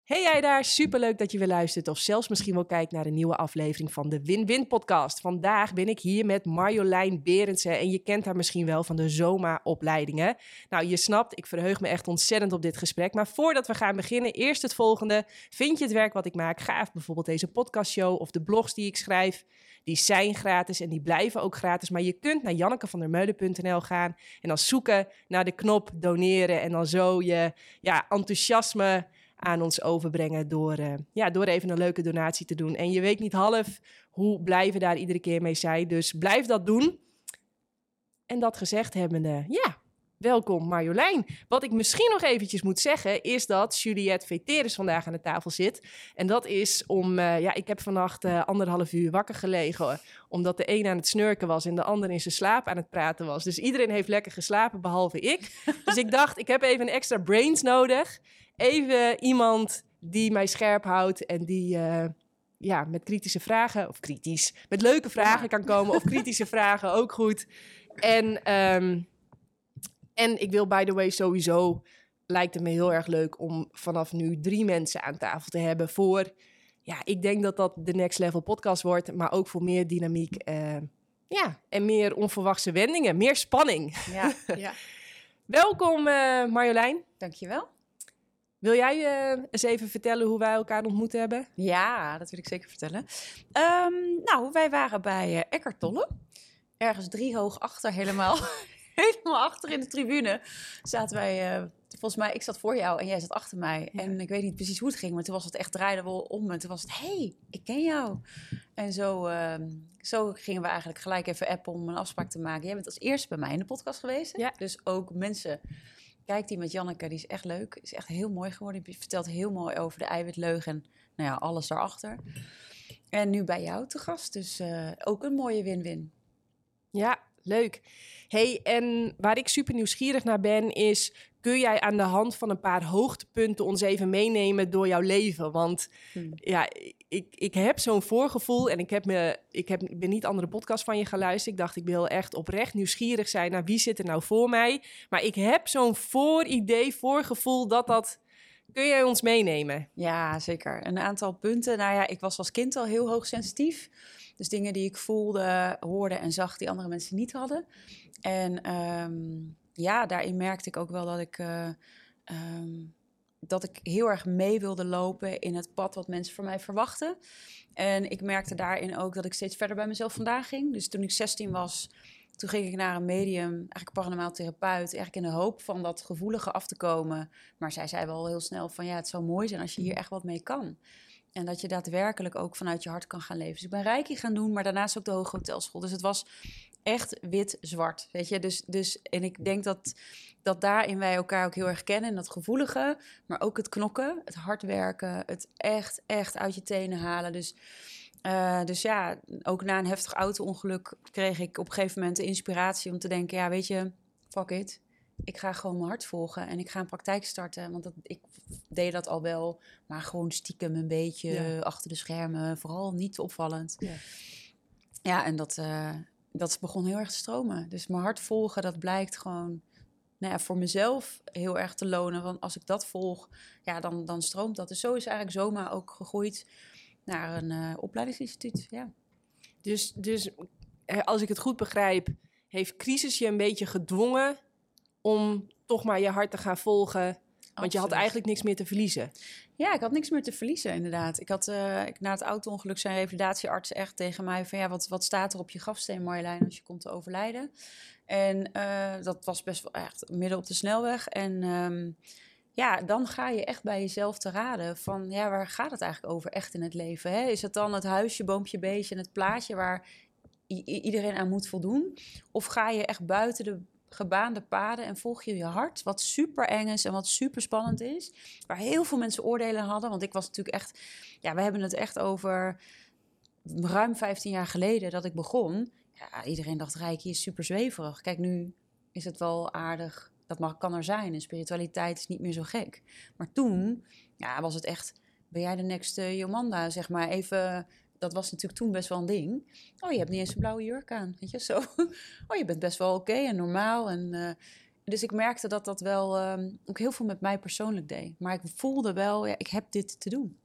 Hey jij daar, superleuk dat je weer luistert of zelfs misschien wel kijkt naar een nieuwe aflevering van de Win-Win podcast. Vandaag ben ik hier met Marjolein Berendsen en je kent haar misschien wel van de Zoma-opleidingen. Nou, je snapt, ik verheug me echt ontzettend op dit gesprek. Maar voordat we gaan beginnen, eerst het volgende. Vind je het werk wat ik maak gaaf? Bijvoorbeeld deze podcastshow of de blogs die ik schrijf. Die zijn gratis en die blijven ook gratis. Maar je kunt naar jannekevandermeulen.nl gaan en dan zoeken naar de knop doneren. En dan zo je enthousiasme aan ons overbrengen door even een leuke donatie te doen. En je weet niet half hoe blij we daar iedere keer mee zijn. Dus blijf dat doen. En dat gezegd hebbende, welkom Marjolein. Wat ik misschien nog eventjes moet zeggen is dat Juliette Veteris vandaag aan de tafel zit. En dat is ik heb vannacht 1,5 uur wakker gelegen. Omdat de een aan het snurken was en de ander in zijn slaap aan het praten was. Dus iedereen heeft lekker geslapen, behalve ik. Dus ik dacht, ik heb even een extra brains nodig. Even iemand die mij scherp houdt en die met kritische vragen, of kritisch, met leuke vragen kan komen. Of kritische vragen, ook goed. En ik wil, by the way, sowieso, lijkt het me heel erg leuk om vanaf nu 3 mensen aan tafel te hebben voor, ik denk dat dat de next level podcast wordt, maar ook voor meer dynamiek en meer onverwachte wendingen, meer spanning. Ja. Welkom Marjolein. Dankjewel. Wil jij eens even vertellen hoe wij elkaar ontmoet hebben? Ja, dat wil ik zeker vertellen. Wij waren bij Eckhart Tolle. Ergens 3 hoog achter helemaal. Helemaal achter in de tribune zaten wij. Volgens mij, ik zat voor jou en jij zat achter mij. Ja. En ik weet niet precies hoe het ging, maar toen was het echt, draaiden we om. En toen was het, hey, ik ken jou. En zo gingen we eigenlijk gelijk even appen om een afspraak te maken. Jij bent als eerste bij mij in de podcast geweest. Ja. Dus ook mensen, kijk die met Janneke, die is echt leuk. Is echt heel mooi geworden. Je vertelt heel mooi over de eiwitleugen en alles daarachter. En nu bij jou te gast, dus ook een mooie win-win. Ja, leuk. Hey, en waar ik super nieuwsgierig naar ben is, kun jij aan de hand van een paar hoogtepunten ons even meenemen door jouw leven? Want ik heb zo'n voorgevoel en ik ben niet andere podcast van je gaan luisteren. Ik dacht, ik wil echt oprecht nieuwsgierig zijn naar wie zit er nou voor mij. Maar ik heb zo'n voorgevoel dat... Kun jij ons meenemen? Ja, zeker. Een aantal punten. Ik was als kind al heel hoogsensitief. Dus dingen die ik voelde, hoorde en zag die andere mensen niet hadden. En daarin merkte ik ook wel dat ik heel erg mee wilde lopen in het pad wat mensen van mij verwachten. En ik merkte daarin ook dat ik steeds verder bij mezelf vandaan ging. Dus toen ik 16 was, toen ging ik naar een medium, eigenlijk paranormaal therapeut, eigenlijk in de hoop van dat gevoelige af te komen. Maar zij zei wel heel snel van het zou mooi zijn als je hier echt wat mee kan. En dat je daadwerkelijk ook vanuit je hart kan gaan leven. Dus ik ben Reiki gaan doen, maar daarnaast ook de Hoge Hotelschool. Dus het was echt wit-zwart, weet je. Dus en ik denk dat daarin wij elkaar ook heel erg kennen. En dat gevoelige, maar ook het knokken, het hard werken, het echt uit je tenen halen. Dus ook na een heftig auto-ongeluk kreeg ik op een gegeven moment de inspiratie om te denken, weet je, fuck it. Ik ga gewoon mijn hart volgen en ik ga een praktijk starten. Want ik deed dat al wel, maar gewoon stiekem een beetje achter de schermen. Vooral niet opvallend. Ja, en dat begon heel erg te stromen. Dus mijn hart volgen, dat blijkt gewoon voor mezelf heel erg te lonen. Want als ik dat volg, dan stroomt dat. Dus zo is eigenlijk Zoma ook gegroeid naar een opleidingsinstituut. Ja. Dus als ik het goed begrijp, heeft crisis je een beetje gedwongen om toch maar je hart te gaan volgen. Want Absoluut. Je had eigenlijk niks meer te verliezen. Ja, ik had niks meer te verliezen, inderdaad. Ik had na het auto-ongeluk zijn revalidatiearts echt tegen mij van wat staat er op je grafsteen, Marjolein, als je komt te overlijden? En dat was best wel echt midden op de snelweg. En dan ga je echt bij jezelf te raden van waar gaat het eigenlijk over echt in het leven? Hè? Is het dan het huisje, boompje, beestje en het plaatje waar iedereen aan moet voldoen? Of ga je echt buiten de gebaande paden en volg je je hart, wat super eng is en wat super spannend is, waar heel veel mensen oordelen hadden, want ik was natuurlijk echt, we hebben het echt over ruim 15 jaar geleden dat ik begon. Ja, iedereen dacht, Reiki is super zweverig. Kijk, nu is het wel aardig, kan er zijn en spiritualiteit is niet meer zo gek. Maar toen, was het echt, ben jij de next Jomanda, zeg maar, even. Dat was natuurlijk toen best wel een ding. Oh, je hebt niet eens een blauwe jurk aan, weet je, zo. Oh, je bent best wel oké en normaal. En Dus ik merkte dat dat wel ook heel veel met mij persoonlijk deed. Maar ik voelde wel, ik heb dit te doen.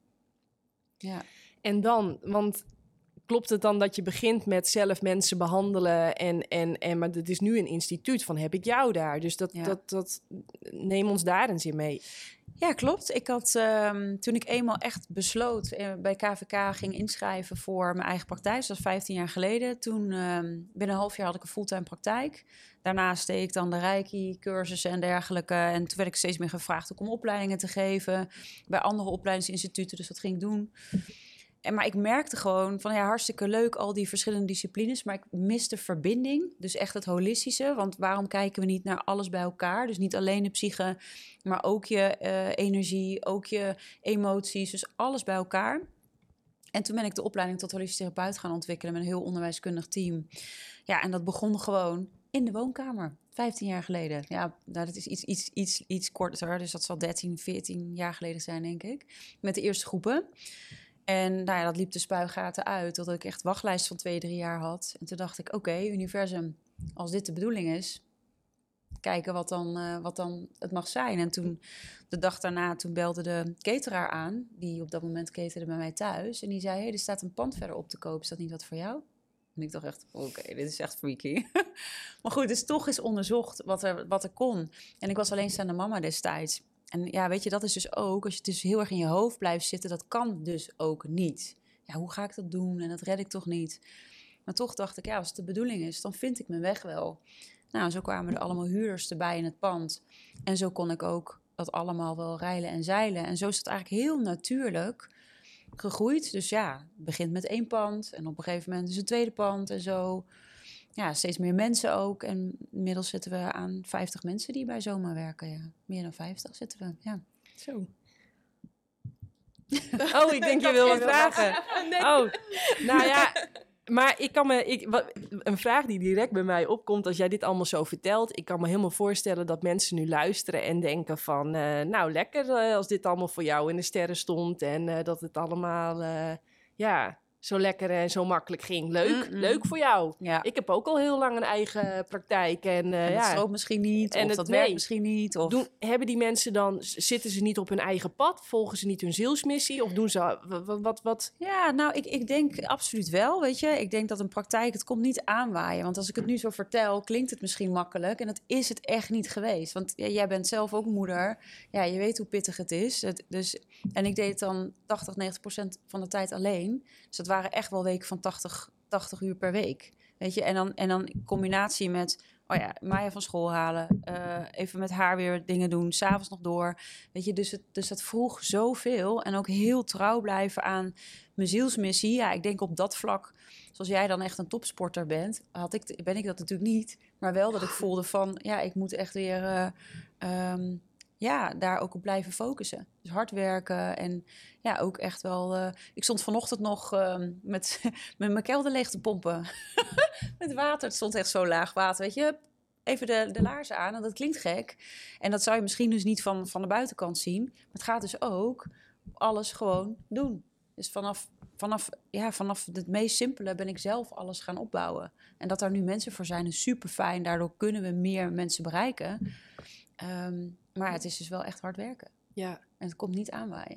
Ja. En dan, want klopt het dan dat je begint met zelf mensen behandelen maar het is nu een instituut van heb ik jou daar. Dus dat neem ons daar eens in mee. Ja, klopt. Ik had toen ik eenmaal echt besloot bij KVK ging inschrijven voor mijn eigen praktijk. Dat was 15 jaar geleden. Toen binnen een half jaar had ik een fulltime praktijk. Daarnaast deed ik dan de Reiki, cursussen en dergelijke. En toen werd ik steeds meer gevraagd ook om opleidingen te geven bij andere opleidingsinstituten. Dus dat ging ik doen. Maar ik merkte gewoon van hartstikke leuk al die verschillende disciplines. Maar ik miste verbinding. Dus echt het holistische. Want waarom kijken we niet naar alles bij elkaar? Dus niet alleen de psyche, maar ook je energie, ook je emoties. Dus alles bij elkaar. En toen ben ik de opleiding tot holistisch therapeut gaan ontwikkelen met een heel onderwijskundig team. Ja, en dat begon gewoon in de woonkamer. 15 jaar geleden. Ja, nou, dat is iets korter. Dus dat zal 13, 14 jaar geleden zijn, denk ik. Met de eerste groepen. En nou ja, dat liep de spuigaten uit, totdat ik echt wachtlijst van 2-3 jaar had. En toen dacht ik, oké, universum, als dit de bedoeling is, kijken wat dan het mag zijn. En toen, de dag daarna, toen belde de cateraar aan, die op dat moment caterde bij mij thuis. En die zei, er staat een pand verderop te koop, is dat niet wat voor jou? En ik dacht echt, oké, dit is echt freaky. Maar goed, dus toch is onderzocht wat er kon. En ik was alleenstaande mama destijds. En ja, weet je, dat is dus ook, als je dus heel erg in je hoofd blijft zitten, dat kan dus ook niet. Ja, hoe ga ik dat doen? En dat red ik toch niet. Maar toch dacht ik, als het de bedoeling is, dan vind ik mijn weg wel. Nou, zo kwamen er allemaal huurders erbij in het pand. En zo kon ik ook dat allemaal wel reilen en zeilen. En zo is het eigenlijk heel natuurlijk gegroeid. Dus ja, het begint met 1 pand en op een gegeven moment is het tweede pand en zo. Ja, steeds meer mensen ook. En inmiddels zitten we aan 50 mensen die bij Zoma werken. Ja. Meer dan 50 zitten we, ja. Zo. Oh, ik denk je wil wat vragen. Nee. Oh, nou ja, maar een vraag die direct bij mij opkomt als jij dit allemaal zo vertelt. Ik kan me helemaal voorstellen dat mensen nu luisteren en denken van, nou lekker als dit allemaal voor jou in de sterren stond en dat het allemaal, zo lekker en zo makkelijk ging. Leuk voor jou. Ja. Ik heb ook al heel lang een eigen praktijk. En het strookt misschien niet, of dat werkt misschien niet. Of... Hebben die mensen dan, zitten ze niet op hun eigen pad? Volgen ze niet hun zielsmissie? Of doen ze wat? Ja, nou, ik denk absoluut wel, weet je. Ik denk dat een praktijk, het komt niet aanwaaien. Want als ik het nu zo vertel, klinkt het misschien makkelijk. En dat is het echt niet geweest. Want jij bent zelf ook moeder. Ja, je weet hoe pittig het is. En ik deed het dan 80-90% van de tijd alleen. Dus dat waren echt wel weken van 80 uur per week. Weet je, en dan in combinatie met, Maya van school halen, even met haar weer dingen doen, 's avonds nog door. Weet je, dus dat vroeg zoveel en ook heel trouw blijven aan mijn zielsmissie. Ja, ik denk op dat vlak, zoals jij dan echt een topsporter bent, ben ik dat natuurlijk niet. Maar wel dat ik voelde van, ik moet echt weer... daar ook op blijven focussen. Dus hard werken en ook echt wel... ik stond vanochtend nog met mijn kelder leeg te pompen. Met water. Het stond echt zo laag water, weet je. Even de laarzen aan en dat klinkt gek. En dat zou je misschien dus niet van de buitenkant zien. Maar het gaat dus ook alles gewoon doen. Dus vanaf het meest simpele ben ik zelf alles gaan opbouwen. En dat daar nu mensen voor zijn is super fijn. Daardoor kunnen we meer mensen bereiken. Maar het is dus wel echt hard werken. Ja. En het komt niet aanwaaien.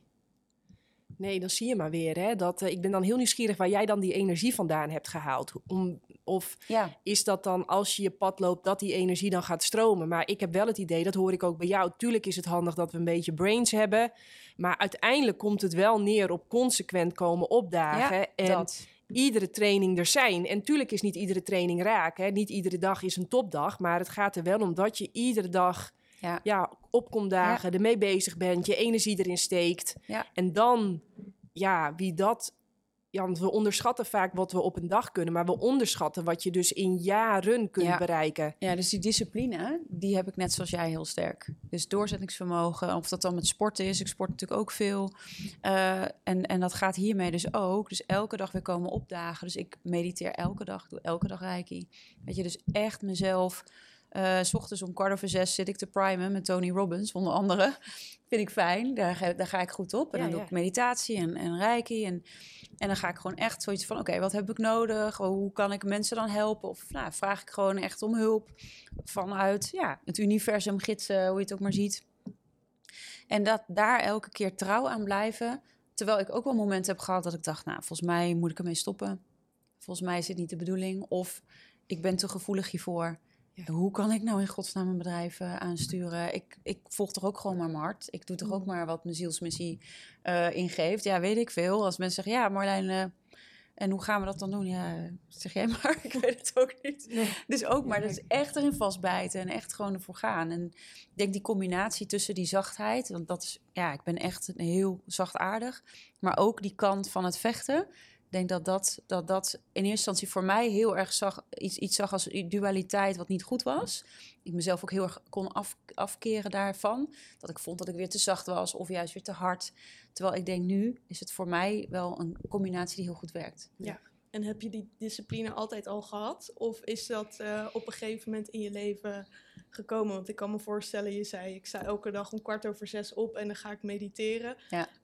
Nee, dan zie je maar weer. Hè, dat, ik ben dan heel nieuwsgierig waar jij dan die energie vandaan hebt gehaald. Is dat dan als je pad loopt dat die energie dan gaat stromen? Maar ik heb wel het idee, dat hoor ik ook bij jou. Tuurlijk is het handig dat we een beetje brains hebben. Maar uiteindelijk komt het wel neer op consequent komen opdagen. Ja, en dat. Iedere training er zijn. En tuurlijk is niet iedere training raak. Hè? Niet iedere dag is een topdag. Maar het gaat er wel om dat je iedere dag opkomdagen, ermee bezig bent, je energie erin steekt. Ja. En dan, wie dat... Ja, want we onderschatten vaak wat we op een dag kunnen, maar we onderschatten wat je dus in jaren kunt bereiken. Ja, dus die discipline, die heb ik net zoals jij heel sterk. Dus doorzettingsvermogen, of dat dan met sporten is. Ik sport natuurlijk ook veel. En dat gaat hiermee dus ook. Dus elke dag weer komen opdagen. Dus ik mediteer elke dag, doe elke dag Reiki. Weet je, dus echt mezelf 'S Ochtends om 5:15 zit ik te primen met Tony Robbins, onder andere. Vind ik fijn, daar ga ik goed op. En dan doe ik meditatie en reiki. En dan ga ik gewoon echt zoiets van... oké, wat heb ik nodig? Hoe kan ik mensen dan helpen? Of vraag ik gewoon echt om hulp vanuit het universum, gidsen, hoe je het ook maar ziet. En daar elke keer trouw aan blijven. Terwijl ik ook wel momenten heb gehad dat ik dacht... volgens mij moet ik ermee stoppen. Volgens mij is dit niet de bedoeling. Of ik ben te gevoelig hiervoor. Ja. Hoe kan ik nou in godsnaam een bedrijf aansturen? Ik volg toch ook gewoon maar mijn hart. Ik doe toch ook maar wat mijn zielsmissie ingeeft. Ja, weet ik veel. Als mensen zeggen, ja Marjolein... en hoe gaan we dat dan doen? Ja, zeg jij maar. Ik weet het ook niet. Nee. Dus ook maar, dus echt erin vastbijten en echt gewoon ervoor gaan. En ik denk die combinatie tussen die zachtheid... want dat is, ik ben echt heel zachtaardig... maar ook die kant van het vechten... Ik denk dat in eerste instantie voor mij heel erg iets zag als dualiteit wat niet goed was. Ik mezelf ook heel erg kon afkeren daarvan. Dat ik vond dat ik weer te zacht was of juist weer te hard. Terwijl ik denk nu is het voor mij wel een combinatie die heel goed werkt. Ja. En heb je die discipline altijd al gehad? Of is dat op een gegeven moment in je leven gekomen? Want ik kan me voorstellen, je zei... ik sta elke dag om 5:15 op en dan ga ik mediteren.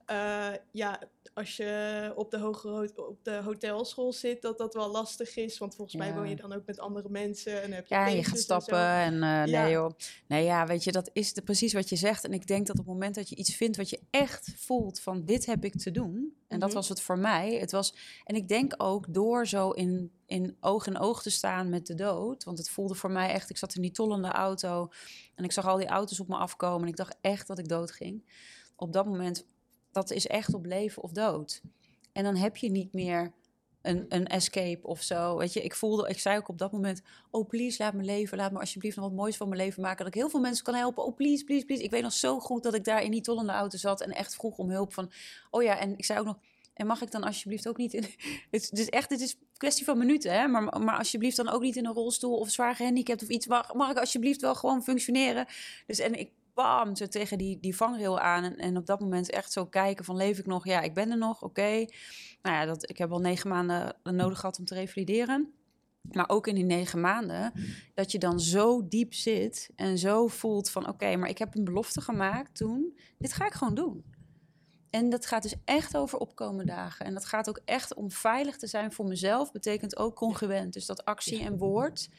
Ja. Als je op de hotelschool zit, dat wel lastig is. Want volgens mij woon je dan ook met andere mensen. En heb je je gaat stappen. Nee joh. Nee ja, weet je, dat is precies wat je zegt. En ik denk dat op het moment dat je iets vindt wat je echt voelt... van dit heb ik te doen. En dat was het voor mij. En ik denk ook door zo in oog in oog te staan met de dood. Want het voelde voor mij echt... Ik zat in die tollende auto en ik zag al die auto's op me afkomen. En ik dacht echt dat ik dood ging. Op dat moment... Dat is echt op leven of dood. En dan heb je niet meer een escape of zo. Weet je, ik zei ook op dat moment... oh, please, laat me leven. Laat me alsjeblieft nog wat moois van mijn leven maken. Dat ik heel veel mensen kan helpen. Oh, please, please, please. Ik weet nog zo goed dat ik daar in die tollende auto zat... en echt vroeg om hulp van... oh ja, en ik zei ook nog... en mag ik dan alsjeblieft ook niet in... Het is een kwestie van minuten, hè? Maar alsjeblieft dan ook niet in een rolstoel... of zwaar gehandicapt of iets. Mag ik alsjeblieft wel gewoon functioneren? Dus en ik... bam, zo tegen die vangrail aan. En op dat moment echt zo kijken van, leef ik nog? Ja, ik ben er nog, oké. Nou ja, ik heb al 9 maanden nodig gehad om te revalideren. Maar ook in die 9 maanden, dat je dan zo diep zit... en zo voelt van, oké, maar ik heb een belofte gemaakt toen. Dit ga ik gewoon doen. En dat gaat dus echt over opkomende dagen. En dat gaat ook echt om veilig te zijn voor mezelf. Betekent ook congruent. Dus dat actie en woord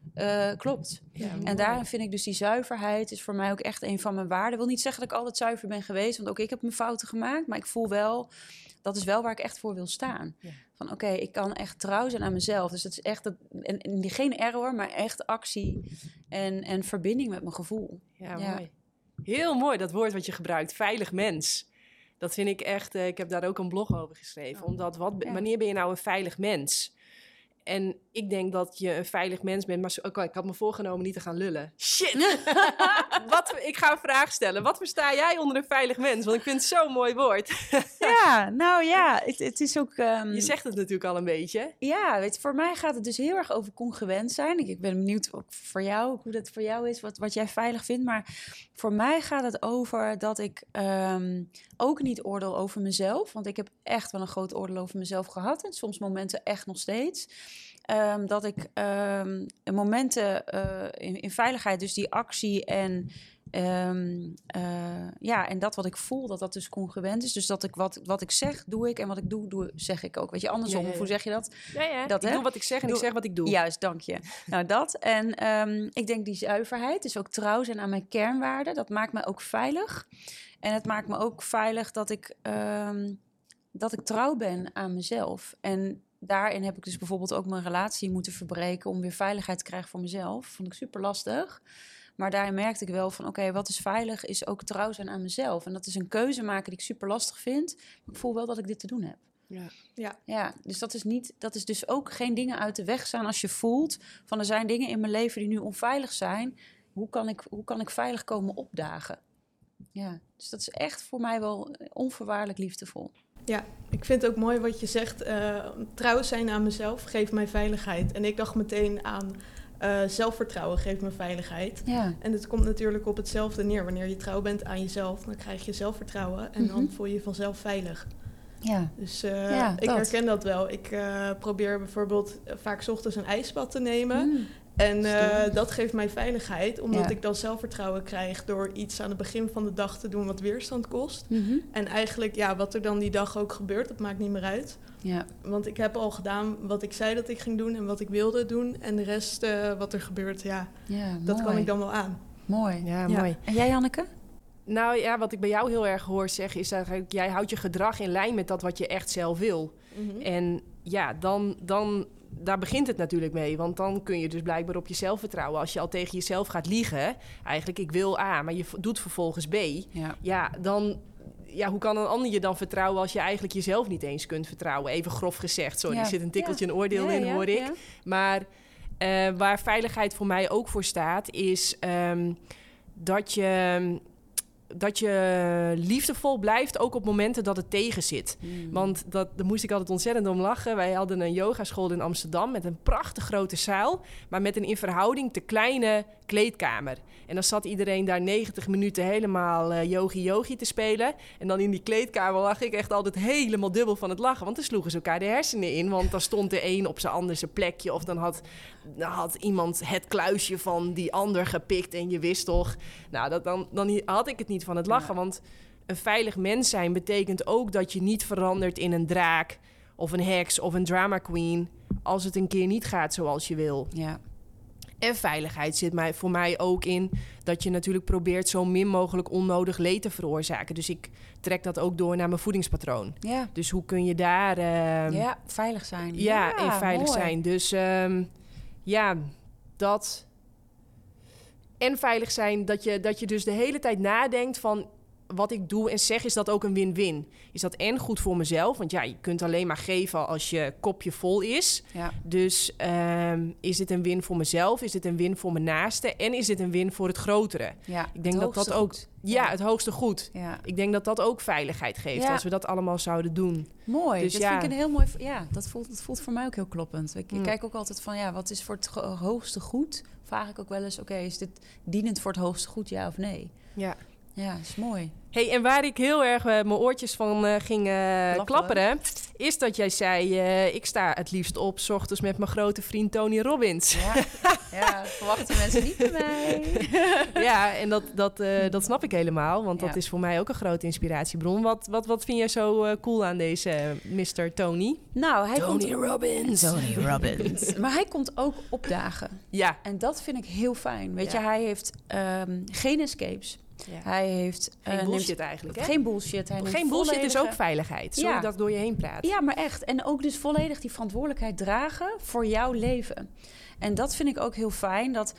klopt. Ja, en daarin vind ik dus die zuiverheid... is voor mij ook echt een van mijn waarden. Ik wil niet zeggen dat ik altijd zuiver ben geweest... want ook ik heb mijn fouten gemaakt. Maar ik voel wel... dat is wel waar ik echt voor wil staan. Ja. Van oké, ik kan echt trouw zijn aan mezelf. Dus dat is echt... en geen error, maar echt actie... en verbinding met mijn gevoel. Ja, mooi. Heel mooi, dat woord wat je gebruikt. Veilig mens. Dat vind ik echt... ik heb daar ook een blog over geschreven. Omdat, wanneer ben je nou een veilig mens? En ik denk dat je een veilig mens bent. Maar ik had me voorgenomen niet te gaan lullen. Shit! Ik ga een vraag stellen. Wat versta jij onder een veilig mens? Want ik vind het zo'n mooi woord. Het is ook... Je zegt het natuurlijk al een beetje. Ja, weet je, voor mij gaat het dus heel erg over congruent zijn. Ik ben benieuwd ook voor jou, hoe dat voor jou is, wat jij veilig vindt. Maar voor mij gaat het over dat ik ook niet oordeel over mezelf. Want ik heb echt wel een groot oordeel over mezelf gehad. En soms momenten echt nog steeds. Dat ik momenten in veiligheid, dus die actie en dat wat ik voel, dat dus congruent is. Dus dat ik wat ik zeg, doe ik. En wat ik doe, zeg ik ook. Weet je, andersom, hoe zeg je dat? Ja. Ik doe wat ik zeg en ik zeg wat ik doe. Juist, dank je. Nou, dat. En ik denk die zuiverheid, dus ook trouw zijn aan mijn kernwaarden. Dat maakt me ook veilig. En het maakt me ook veilig dat ik trouw ben aan mezelf. En daarin heb ik dus bijvoorbeeld ook mijn relatie moeten verbreken... om weer veiligheid te krijgen voor mezelf. Vond ik super lastig. Maar daarin merkte ik wel van... oké, wat is veilig, is ook trouw zijn aan mezelf. En dat is een keuze maken die ik super lastig vind. Maar ik voel wel dat ik dit te doen heb. Ja, dus dat is dus ook geen dingen uit de weg staan als je voelt... van er zijn dingen in mijn leven die nu onveilig zijn. Hoe kan ik veilig komen opdagen? Ja, dus dat is echt voor mij wel onvoorwaardelijk liefdevol. Ja, ik vind het ook mooi wat je zegt. Trouw zijn aan mezelf geeft mij veiligheid. En ik dacht meteen aan zelfvertrouwen geeft me veiligheid. Ja. En het komt natuurlijk op hetzelfde neer. Wanneer je trouw bent aan jezelf, dan krijg je zelfvertrouwen. En dan voel je je vanzelf veilig. Ja. Dus ik herken dat wel. Ik probeer bijvoorbeeld vaak 's ochtends een ijsbad te nemen. En dat geeft mij veiligheid, omdat ik dan zelfvertrouwen krijg door iets aan het begin van de dag te doen wat weerstand kost. Mhm. En eigenlijk, wat er dan die dag ook gebeurt, dat maakt niet meer uit. Ja. Want ik heb al gedaan wat ik zei dat ik ging doen en wat ik wilde doen. En de rest, wat er gebeurt, dat kan ik dan wel aan. Mooi. Ja, mooi. En jij, Janneke? Nou ja, wat ik bij jou heel erg hoor zeggen is dat jij houdt je gedrag in lijn met dat wat je echt zelf wil. Mhm. En ja, dan daar begint het natuurlijk mee. Want dan kun je dus blijkbaar op jezelf vertrouwen. Als je al tegen jezelf gaat liegen, eigenlijk ik wil A, maar je doet vervolgens B. Ja, hoe kan een ander je dan vertrouwen als je eigenlijk jezelf niet eens kunt vertrouwen? Even grof gezegd, sorry, er zit een tikkeltje een oordeel in, hoor ik. Ja. Maar waar veiligheid voor mij ook voor staat, is dat je liefdevol blijft, ook op momenten dat het tegen zit. Want daar moest ik altijd ontzettend om lachen. Wij hadden een yogaschool in Amsterdam met een prachtig grote zaal, maar met een in verhouding te kleine kleedkamer. En dan zat iedereen daar 90 minuten helemaal yogi te spelen. En dan in die kleedkamer lag ik echt altijd helemaal dubbel van het lachen. Want dan sloegen ze elkaar de hersenen in. Want dan stond de een op zijn ander zijn plekje. Of dan had iemand het kluisje van die ander gepikt. En je wist toch. Nou, dan had ik het niet van het lachen. Ja. Want een veilig mens zijn betekent ook dat je niet verandert in een draak of een heks of een drama queen als het een keer niet gaat zoals je wil. Ja. En veiligheid zit voor mij ook in dat je natuurlijk probeert zo min mogelijk onnodig leed te veroorzaken. Dus ik trek dat ook door naar mijn voedingspatroon. Ja. Dus hoe kun je daar veilig zijn. En veilig mooi. zijn. Dus dat. En veilig zijn dat je dus de hele tijd nadenkt van wat ik doe en zeg, is dat ook een win-win. Is dat en goed voor mezelf? Want je kunt alleen maar geven als je kopje vol is. Ja. Dus is dit een win voor mezelf? Is dit een win voor mijn naaste? En is dit een win voor het grotere? Ja, ik denk dat ook. Ja, het hoogste goed. Ja. Ik denk dat dat ook veiligheid geeft als we dat allemaal zouden doen. Mooi. Dus dat vind ik een heel mooi. Ja, dat voelt voor mij ook heel kloppend. Ik kijk ook altijd van wat is voor het hoogste goed? Vraag ik ook wel eens, is dit dienend voor het hoogste goed, ja of nee? Ja. Ja, dat is mooi. Hey, en waar ik heel erg mijn oortjes van ging klapperen, is dat jij zei, ik sta het liefst op 's ochtends met mijn grote vriend Tony Robbins. Ja, verwachten mensen niet bij mij. Ja, en dat snap ik helemaal, want dat is voor mij ook een grote inspiratiebron. Wat vind jij zo cool aan deze Mr. Tony? Nou, Tony Robbins. Maar hij komt ook opdagen. Ja. En dat vind ik heel fijn. Weet je, hij heeft geen escapes. Ja. Hij heeft geen bullshit eigenlijk, hè? Geen bullshit. Geen bullshit is ook veiligheid. Sorry dat ik door je heen praat. Ja, maar echt. En ook dus volledig die verantwoordelijkheid dragen voor jouw leven. En dat vind ik ook heel fijn. Dat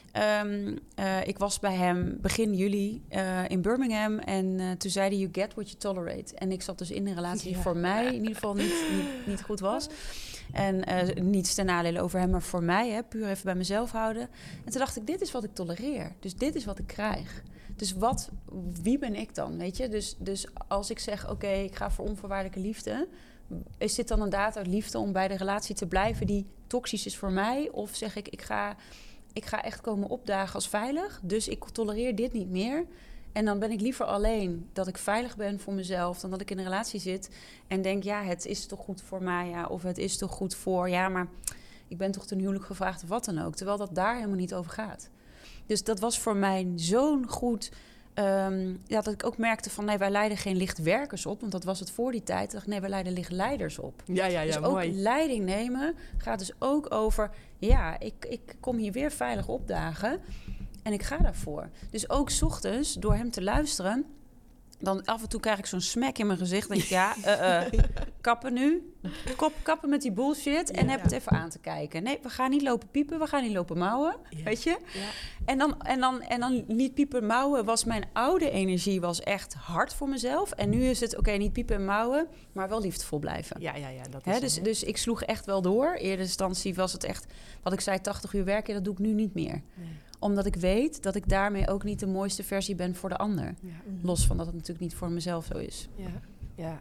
ik was bij hem begin juli in Birmingham. En toen zei hij, you get what you tolerate. En ik zat dus in een relatie die voor mij in ieder geval niet goed was. En niets ten nadele over hem, maar voor mij, puur even bij mezelf houden. En toen dacht ik, dit is wat ik tolereer. Dus dit is wat ik krijg. Dus wie ben ik dan, weet je? Dus als ik zeg, ik ga voor onvoorwaardelijke liefde, is dit dan inderdaad uit liefde om bij de relatie te blijven die toxisch is voor mij? Of zeg ik ga echt komen opdagen als veilig, dus ik tolereer dit niet meer. En dan ben ik liever alleen dat ik veilig ben voor mezelf dan dat ik in een relatie zit en denk, het is toch goed voor mij, of het is toch goed voor, maar ik ben toch ten huwelijk gevraagd of wat dan ook. Terwijl dat daar helemaal niet over gaat. Dus dat was voor mij zo'n goed, dat ik ook merkte van, nee, wij leiden geen lichtwerkers op, want dat was het voor die tijd. Ik dacht, nee, wij leiden lichtleiders op. Ja, dus mooi. Ook leiding nemen gaat dus ook over, ik kom hier weer veilig opdagen en ik ga daarvoor. Dus ook 's ochtends, door hem te luisteren, dan af en toe krijg ik zo'n smack in mijn gezicht. Denk ik, kappen nu. Kappen met die bullshit. En heb het even aan te kijken. Nee, we gaan niet lopen piepen. We gaan niet lopen mouwen. Ja. Weet je? Ja. En dan niet piepen mouwen was mijn oude energie. Was echt hard voor mezelf. En nu is het, niet piepen en mouwen. Maar wel liefdevol blijven. Ja. Dat is dus ik sloeg echt wel door. In eerste instantie was het echt, wat ik zei, 80 uur werken. Dat doe ik nu niet meer. Nee. Omdat ik weet dat ik daarmee ook niet de mooiste versie ben voor de ander. Ja. Los van dat het natuurlijk niet voor mezelf zo is. Ja.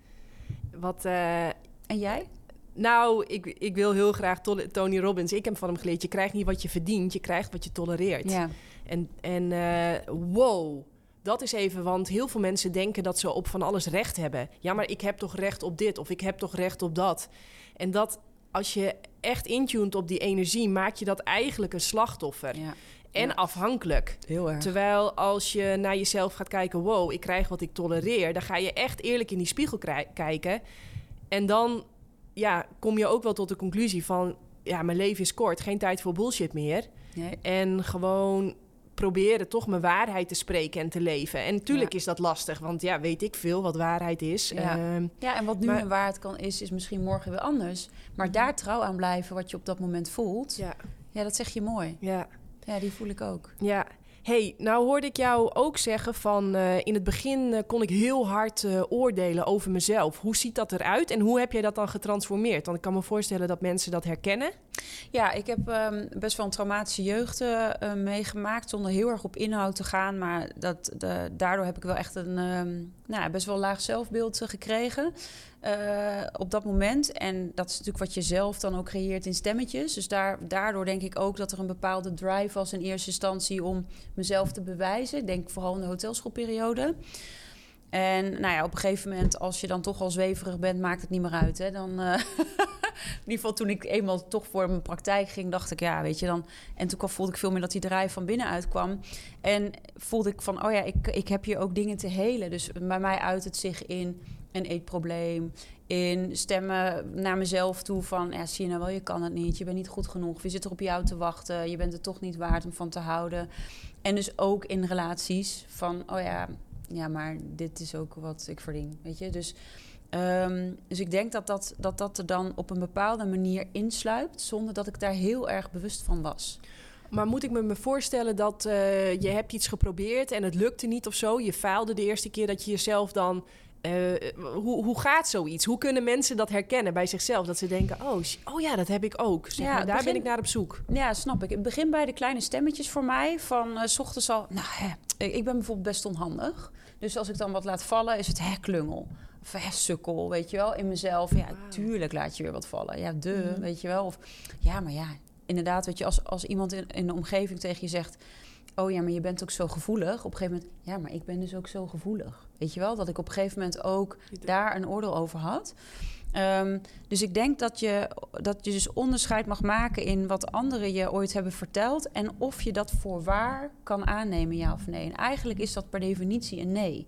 En jij? Nou, ik wil heel graag Tony Robbins. Ik heb van hem geleerd, je krijgt niet wat je verdient. Je krijgt wat je tolereert. Ja. En wow, dat is even, want heel veel mensen denken dat ze op van alles recht hebben. Ja, maar ik heb toch recht op dit of ik heb toch recht op dat. En dat als je echt intuned op die energie, maak je dat eigenlijk een slachtoffer. Ja. En afhankelijk. Heel erg. Terwijl als je naar jezelf gaat kijken, wow, ik krijg wat ik tolereer, dan ga je echt eerlijk in die spiegel kijken. En dan kom je ook wel tot de conclusie van, ja, mijn leven is kort, geen tijd voor bullshit meer. Nee. En gewoon proberen toch mijn waarheid te spreken en te leven. En natuurlijk is dat lastig, want weet ik veel wat waarheid is. Ja, en wat nu een waarheid kan is misschien morgen weer anders. Maar daar trouw aan blijven wat je op dat moment voelt. Ja, dat zeg je mooi. Ja, die voel ik ook. Ja. Hey, nou hoorde ik jou ook zeggen van in het begin kon ik heel hard oordelen over mezelf. Hoe ziet dat eruit en hoe heb jij dat dan getransformeerd? Want ik kan me voorstellen dat mensen dat herkennen. Ja, ik heb best wel een traumatische jeugd meegemaakt zonder heel erg op inhoud te gaan. Maar daardoor heb ik wel echt een best wel laag zelfbeeld gekregen op dat moment. En dat is natuurlijk wat je zelf dan ook creëert in stemmetjes. Dus daardoor denk ik ook dat er een bepaalde drive was in eerste instantie om mezelf te bewijzen. Ik denk vooral in de hotelschoolperiode. En op een gegeven moment, als je dan toch al zweverig bent, maakt het niet meer uit. Hè? Dan, in ieder geval toen ik eenmaal toch voor mijn praktijk ging, dacht ik, weet je dan. En toen voelde ik veel meer dat die drive van binnenuit kwam. En voelde ik van, ik heb hier ook dingen te helen. Dus bij mij uit het zich in een eetprobleem, in stemmen naar mezelf toe van, zie je nou wel, je kan het niet, je bent niet goed genoeg, wie zit er op jou te wachten, je bent het toch niet waard om van te houden. En dus ook in relaties van, maar dit is ook wat ik verdien, weet je. Dus ik denk dat er dan op een bepaalde manier insluipt, zonder dat ik daar heel erg bewust van was. Maar moet ik me voorstellen dat je hebt iets geprobeerd en het lukte niet of zo? Je faalde de eerste keer dat je jezelf dan... hoe gaat zoiets? Hoe kunnen mensen dat herkennen bij zichzelf? Dat ze denken, oh ja, dat heb ik ook. Zeg maar, daar ben ik naar op zoek. Ja, snap ik. Het begin bij de kleine stemmetjes voor mij. Van 's ochtends al... ik ben bijvoorbeeld best onhandig. Dus als ik dan wat laat vallen, is het klungel. Of sukkel, weet je wel, in mezelf. Ja, tuurlijk laat je weer wat vallen. Ja, weet je wel. Of, inderdaad, weet je, als iemand in de omgeving tegen je zegt... oh ja, maar je bent ook zo gevoelig. Op een gegeven moment, ja, maar ik ben dus ook zo gevoelig. Weet je wel, dat ik op een gegeven moment ook daar een oordeel over had. Dus ik denk dat je dus onderscheid mag maken in wat anderen je ooit hebben verteld... en of je dat voor waar kan aannemen, ja of nee. En eigenlijk is dat per definitie een nee.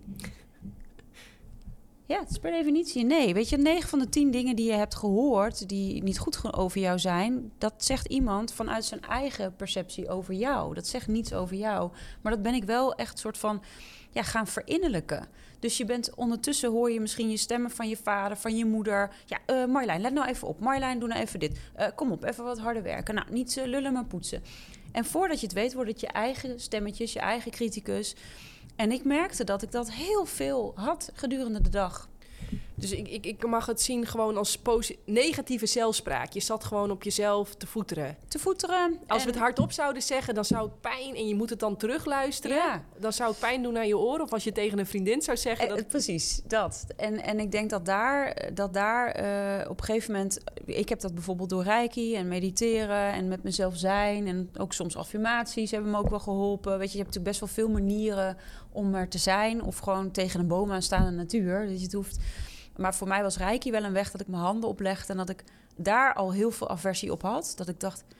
Ja, het is per definitie een nee. Weet je, 9 van de 10 dingen die je hebt gehoord... die niet goed over jou zijn... dat zegt iemand vanuit zijn eigen perceptie over jou. Dat zegt niets over jou. Maar dat ben ik wel echt soort van gaan verinnerlijken. Dus je bent ondertussen hoor je misschien je stemmen van je vader, van je moeder. Ja, Marjolein, let nou even op. Marjolein, doe nou even dit. Kom op, even wat harder werken. Nou, niet lullen, maar poetsen. En voordat je het weet, wordt het je eigen stemmetjes, je eigen criticus... En ik merkte dat ik dat heel veel had gedurende de dag. Dus ik mag het zien gewoon als negatieve zelfspraak. Je zat gewoon op jezelf te voeteren. Als we het hardop zouden zeggen, dan zou het pijn... en je moet het dan terugluisteren. Ja. Dan zou het pijn doen naar je oren. Of als je tegen een vriendin zou zeggen... Precies, dat. En ik denk dat daar op een gegeven moment... Ik heb dat bijvoorbeeld door reiki en mediteren... en met mezelf zijn. En ook soms affirmaties hebben me ook wel geholpen. Weet je hebt natuurlijk best wel veel manieren om er te zijn... of gewoon tegen een boom aan staan in de natuur. Dus het hoeft... Maar voor mij was reiki wel een weg dat ik mijn handen oplegde... en dat ik daar al heel veel aversie op had. Dat ik dacht,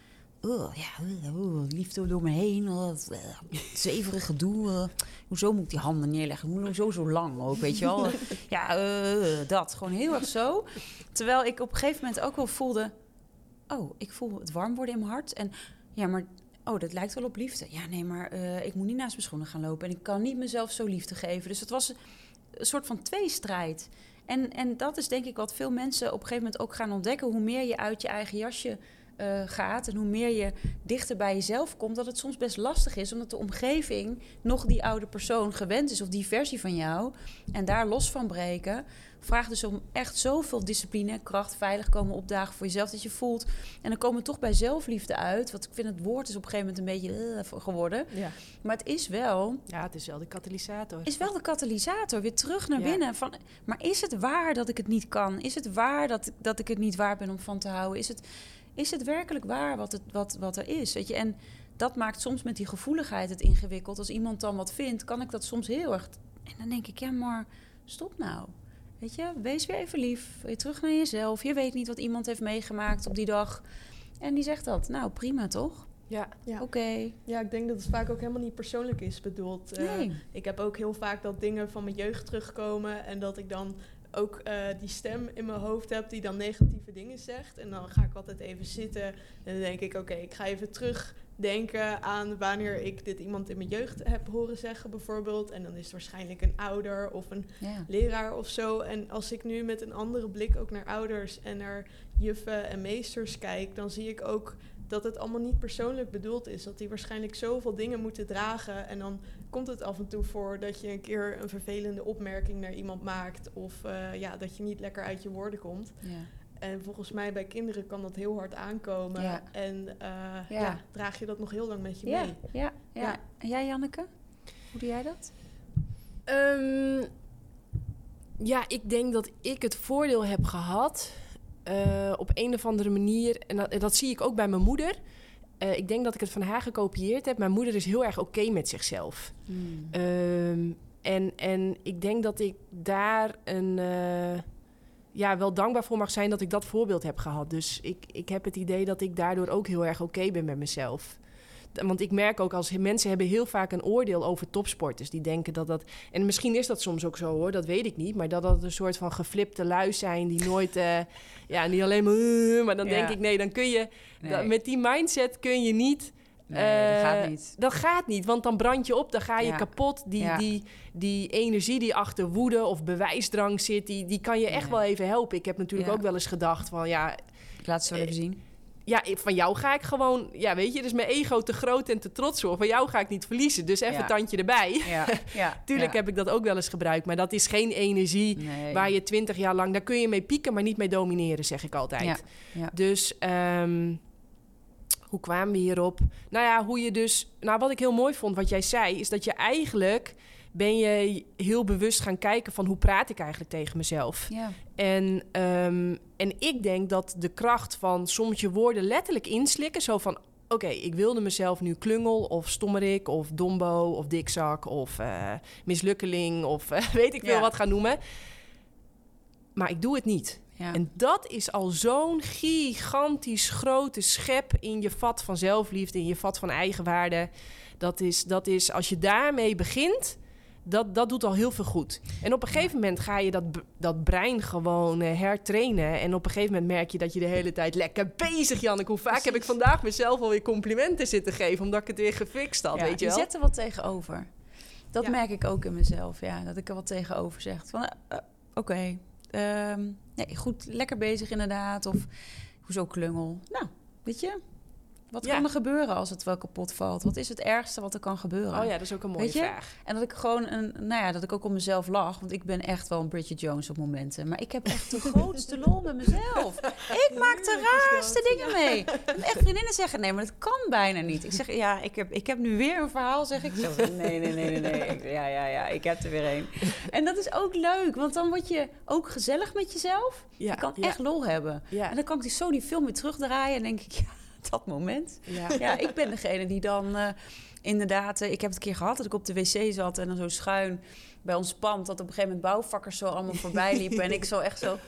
liefde door me heen, zweverig gedoe. Hoezo moet ik die handen neerleggen? Hoezo zo lang ook, weet je wel? Dat, gewoon heel erg zo. Terwijl ik op een gegeven moment ook wel voelde... ik voel het warm worden in mijn hart. En ja, maar... dat lijkt wel op liefde. Ja, nee, maar ik moet niet naast mijn schoenen gaan lopen... en ik kan niet mezelf zo liefde geven. Dus het was een soort van tweestrijd... En dat is denk ik wat veel mensen op een gegeven moment ook gaan ontdekken. Hoe meer je uit je eigen jasje gaat en hoe meer je dichter bij jezelf komt... dat het soms best lastig is, omdat de omgeving nog die oude persoon gewend is... of die versie van jou. En daar los van breken vraagt dus om echt zoveel discipline, kracht, veilig komen opdagen voor jezelf... dat je voelt. En dan komen we toch bij zelfliefde uit. Want ik vind het woord is op een gegeven moment een beetje geworden. Ja. Maar het is wel... Ja, het is wel de katalysator. Is wel de katalysator, weer terug naar binnen. Maar is het waar dat ik het niet kan? Is het waar dat ik het niet waard ben om van te houden? Is het werkelijk waar wat er is? Weet je? En dat maakt soms met die gevoeligheid het ingewikkeld. Als iemand dan wat vindt, kan ik dat soms heel erg... En dan denk ik, ja, maar stop nou. Weet je, wees weer even lief. Weer terug naar jezelf. Je weet niet wat iemand heeft meegemaakt op die dag. En die zegt dat. Nou, prima toch? Ja. Oké. Ja, ik denk dat het vaak ook helemaal niet persoonlijk is bedoeld. Nee. Ik heb ook heel vaak dat dingen van mijn jeugd terugkomen en dat ik dan ook die stem in mijn hoofd heb die dan negatieve dingen zegt. En dan ga ik altijd even zitten en dan denk ik, oké, ik ga even terugdenken aan wanneer ik dit iemand in mijn jeugd heb horen zeggen bijvoorbeeld. En dan is het waarschijnlijk een ouder of een leraar of zo. En als ik nu met een andere blik ook naar ouders en naar juffen en meesters kijk, dan zie ik ook dat het allemaal niet persoonlijk bedoeld is. Dat die waarschijnlijk zoveel dingen moeten dragen. En dan komt het af en toe voor dat je een keer een vervelende opmerking naar iemand maakt. Of dat je niet lekker uit je woorden komt. Ja. En volgens mij bij kinderen kan dat heel hard aankomen. Ja. En draag je dat nog heel lang met je Ja. mee. Ja. En jij, Janneke? Hoe doe jij dat? Ik denk dat ik het voordeel heb gehad op een of andere manier. En dat zie ik ook bij mijn moeder. Ik denk dat ik het van haar gekopieerd heb. Mijn moeder is heel erg oké met zichzelf. En ik denk dat ik daar wel dankbaar voor mag zijn dat ik dat voorbeeld heb gehad. Dus ik heb het idee dat ik daardoor ook heel erg oké ben met mezelf. Want ik merk ook als mensen hebben heel vaak een oordeel over topsporters. Die denken dat... En misschien is dat soms ook zo hoor, dat weet ik niet. Maar dat een soort van geflipte lui zijn die nooit... niet alleen maar... maar dan denk ik, nee, dan kun je... Nee. Met die mindset kun je niet... Nee, dat gaat niet. Dat gaat niet, want dan brand je op, dan ga je kapot. Die energie die achter woede of bewijsdrang zit, die kan je echt wel even helpen. Ik heb natuurlijk ook wel eens gedacht van Ik laat ze wel even zien. Ja, van jou ga ik gewoon... Ja, weet je, dus mijn ego te groot en te trots voor. Van jou ga ik niet verliezen, dus even een tandje erbij. Tuurlijk heb ik dat ook wel eens gebruikt. Maar dat is geen energie waar je 20 jaar lang... Daar kun je mee pieken, maar niet mee domineren, zeg ik altijd. Ja. Dus... hoe kwamen we hierop? Nou ja, hoe je dus... Nou, wat ik heel mooi vond, wat jij zei... is dat je eigenlijk... ben je heel bewust gaan kijken van... hoe praat ik eigenlijk tegen mezelf? Ja. En ik denk dat de kracht van soms je woorden letterlijk inslikken... zo van, oké, ik wilde mezelf nu klungel... of stommerik, of dombo, of dikzak... of mislukkeling, of weet ik veel wat gaan noemen. Maar ik doe het niet. Ja. En dat is al zo'n gigantisch grote schep in je vat van zelfliefde, in je vat van eigenwaarde. Dat is als je daarmee begint, dat doet al heel veel goed. En op een gegeven moment ga je dat brein gewoon hertrainen. En op een gegeven moment merk je dat je de hele tijd lekker bezig, Janneke. Hoe vaak heb ik vandaag mezelf alweer complimenten zitten geven, omdat ik het weer gefixt had, weet je wel? Je zet er wat tegenover. Dat merk ik ook in mezelf, dat ik er wat tegenover zeg. Van, oké. Goed, lekker bezig inderdaad. Of hoezo klungel? Nou, weet je, wat kan er gebeuren als het wel kapot valt? Wat is het ergste wat er kan gebeuren? Oh ja, dat is ook een mooie vraag. En dat ik gewoon dat ik ook op mezelf lach. Want ik ben echt wel een Bridget Jones op momenten. Maar ik heb echt de grootste lol met mezelf. Ik maak de raarste dingen mee. En echt vriendinnen zeggen, nee, maar dat kan bijna niet. Ik zeg, ik heb nu weer een verhaal, zeg ik. Zo, nee. Ik heb er weer een. En dat is ook leuk, want dan word je ook gezellig met jezelf. Je kan echt lol hebben. Ja. En dan kan ik die film weer terugdraaien en denk ik, dat moment. Ja, ik ben degene die dan inderdaad... ik heb het een keer gehad dat ik op de wc zat... en dan zo schuin bij ons pand... dat op een gegeven moment bouwvakkers zo allemaal voorbij liepen... en ik zo echt zo...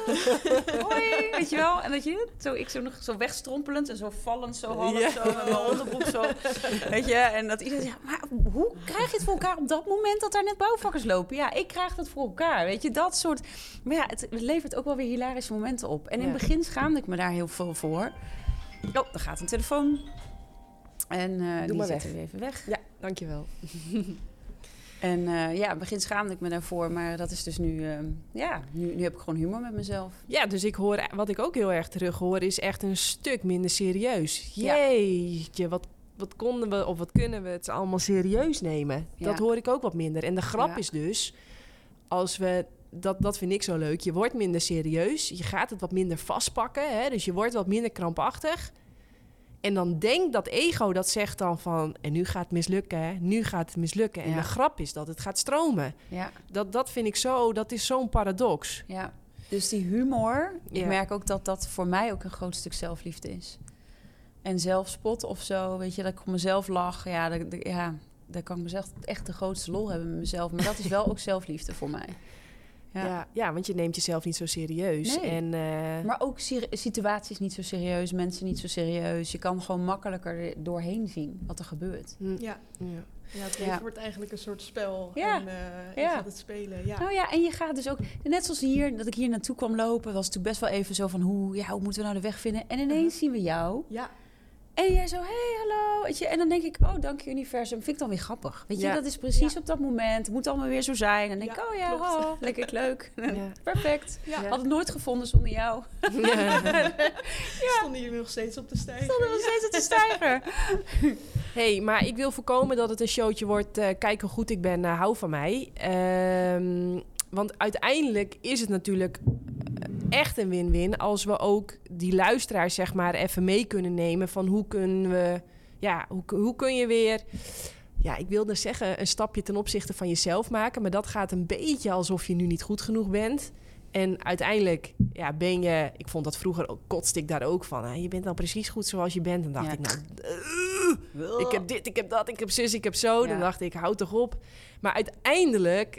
hoi, weet je wel? En dat ik zo nog zo wegstrompelend... en zo vallend, zo half zo... met mijn onderbroek zo... weet je? En dat iedereen zegt... maar hoe krijg je het voor elkaar op dat moment... dat daar net bouwvakkers lopen? Ja, ik krijg dat voor elkaar, weet je? Dat soort... Maar ja, het levert ook wel weer hilarische momenten op. En in het begin schaamde ik me daar heel veel voor... Oh, er gaat een telefoon. En die zetten we even weg. Ja, dankjewel. En in het begin schaamde ik me daarvoor. Maar dat is dus nu... nu heb ik gewoon humor met mezelf. Ja, dus ik hoor... Wat ik ook heel erg terug hoor... is echt een stuk minder serieus. Jeetje, wat konden we of wat kunnen we het allemaal serieus nemen? Ja. Dat hoor ik ook wat minder. En de grap is dus... als we... Dat vind ik zo leuk. Je wordt minder serieus. Je gaat het wat minder vastpakken. Hè? Dus je wordt wat minder krampachtig. En dan denkt dat ego, dat zegt dan van... en nu gaat het mislukken, hè? Nu gaat het mislukken. En de grap is dat het gaat stromen. Ja. Dat vind ik zo... Dat is zo'n paradox. Ja. Dus die humor... Ik merk ook dat dat voor mij ook een groot stuk zelfliefde is. En zelfspot of zo. Weet je, dat ik op mezelf lach. Dan kan ik mezelf echt de grootste lol hebben met mezelf. Maar dat is wel ook zelfliefde voor mij. Ja, want je neemt jezelf niet zo serieus. Nee. En, maar ook situaties niet zo serieus, mensen niet zo serieus. Je kan gewoon makkelijker er doorheen zien wat er gebeurt. Ja, het leven wordt eigenlijk een soort spel. Ja. En je gaat het spelen. Ja. Nou ja, en je gaat dus ook... Net zoals hier, dat ik hier naartoe kwam lopen... was het best wel even zo van... hoe moeten we nou de weg vinden? En ineens zien we jou. Ja. En jij zo, hey, hallo. Weet je? En dan denk ik, dank je universum. Vind ik dan weer grappig. Weet je, dat is precies op dat moment. Het moet allemaal weer zo zijn. En dan denk ik, lekker leuk. Perfect. Ja. Had het nooit gevonden zonder jou. Stonden jullie nog steeds op de steiger? Stonden we nog steeds op de steiger. Hey, maar ik wil voorkomen dat het een showtje wordt... kijk hoe goed ik ben, hou van mij. Want uiteindelijk is het natuurlijk echt een win-win... als we ook die luisteraars zeg maar even mee kunnen nemen... van hoe kunnen we... Ja, hoe kun je weer... Ja, ik wilde zeggen een stapje ten opzichte van jezelf maken... maar dat gaat een beetje alsof je nu niet goed genoeg bent... En uiteindelijk ben je... Ik vond dat vroeger ook, kotste ik daar ook van. Hè? Je bent nou precies goed zoals je bent. En dacht ik, ik heb dit, ik heb dat, ik heb zus, ik heb zo. Ja. Dan dacht ik, hou toch op. Maar uiteindelijk,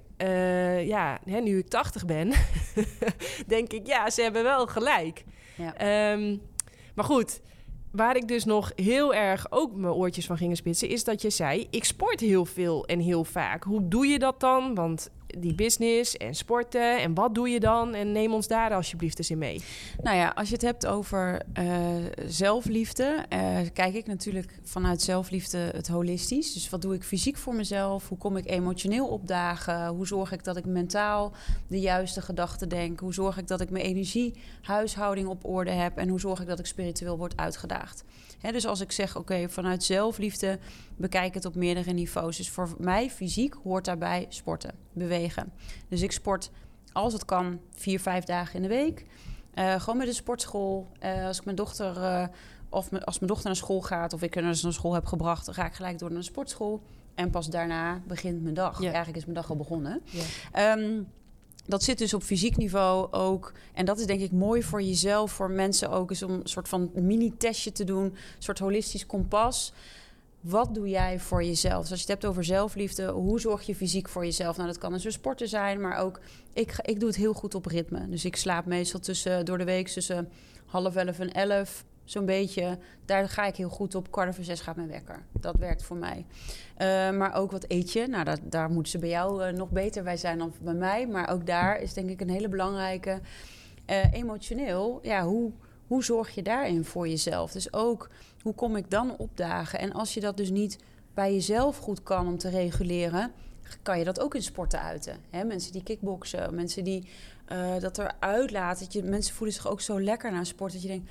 nu ik 80 ben... denk ik, ze hebben wel gelijk. Ja. Maar goed, waar ik dus nog heel erg ook mijn oortjes van ging spitsen... is dat je zei, ik sport heel veel en heel vaak. Hoe doe je dat dan? Want... die business en sporten en wat doe je dan? En neem ons daar alsjeblieft eens in mee. Nou ja, als je het hebt over zelfliefde... kijk ik natuurlijk vanuit zelfliefde het holistisch. Dus wat doe ik fysiek voor mezelf? Hoe kom ik emotioneel opdagen? Hoe zorg ik dat ik mentaal de juiste gedachten denk? Hoe zorg ik dat ik mijn energiehuishouding op orde heb? En hoe zorg ik dat ik spiritueel word uitgedaagd? Dus als ik zeg, vanuit zelfliefde bekijk het op meerdere niveaus. Dus voor mij fysiek hoort daarbij sporten, bewegen. Dus ik sport, als het kan, 4-5 dagen in de week. Gewoon met de sportschool. Als ik mijn dochter, als mijn dochter naar school gaat... of ik haar naar school heb gebracht... dan ga ik gelijk door naar de sportschool. En pas daarna begint mijn dag. Ja. Eigenlijk is mijn dag al begonnen. Ja. Dat zit dus op fysiek niveau ook. En dat is denk ik mooi voor jezelf, voor mensen ook... is om een soort van mini-testje te doen. Een soort holistisch kompas. Wat doe jij voor jezelf? Dus als je het hebt over zelfliefde, hoe zorg je fysiek voor jezelf? Nou, dat kan dus sporten zijn, maar ook... Ik doe het heel goed op ritme. Dus ik slaap meestal door de week tussen 10:30 en 11... Zo'n beetje, daar ga ik heel goed op. 5:45 gaat mijn wekker. Dat werkt voor mij. Maar ook wat eet je? Nou, daar moeten ze bij jou nog beter bij zijn dan bij mij. Maar ook daar is denk ik een hele belangrijke... emotioneel, hoe zorg je daarin voor jezelf? Dus ook, hoe kom ik dan opdagen? En als je dat dus niet bij jezelf goed kan om te reguleren... kan je dat ook in sporten uiten. Hè? Mensen die kickboksen, mensen die dat eruit laten. Mensen voelen zich ook zo lekker na sport dat je denkt...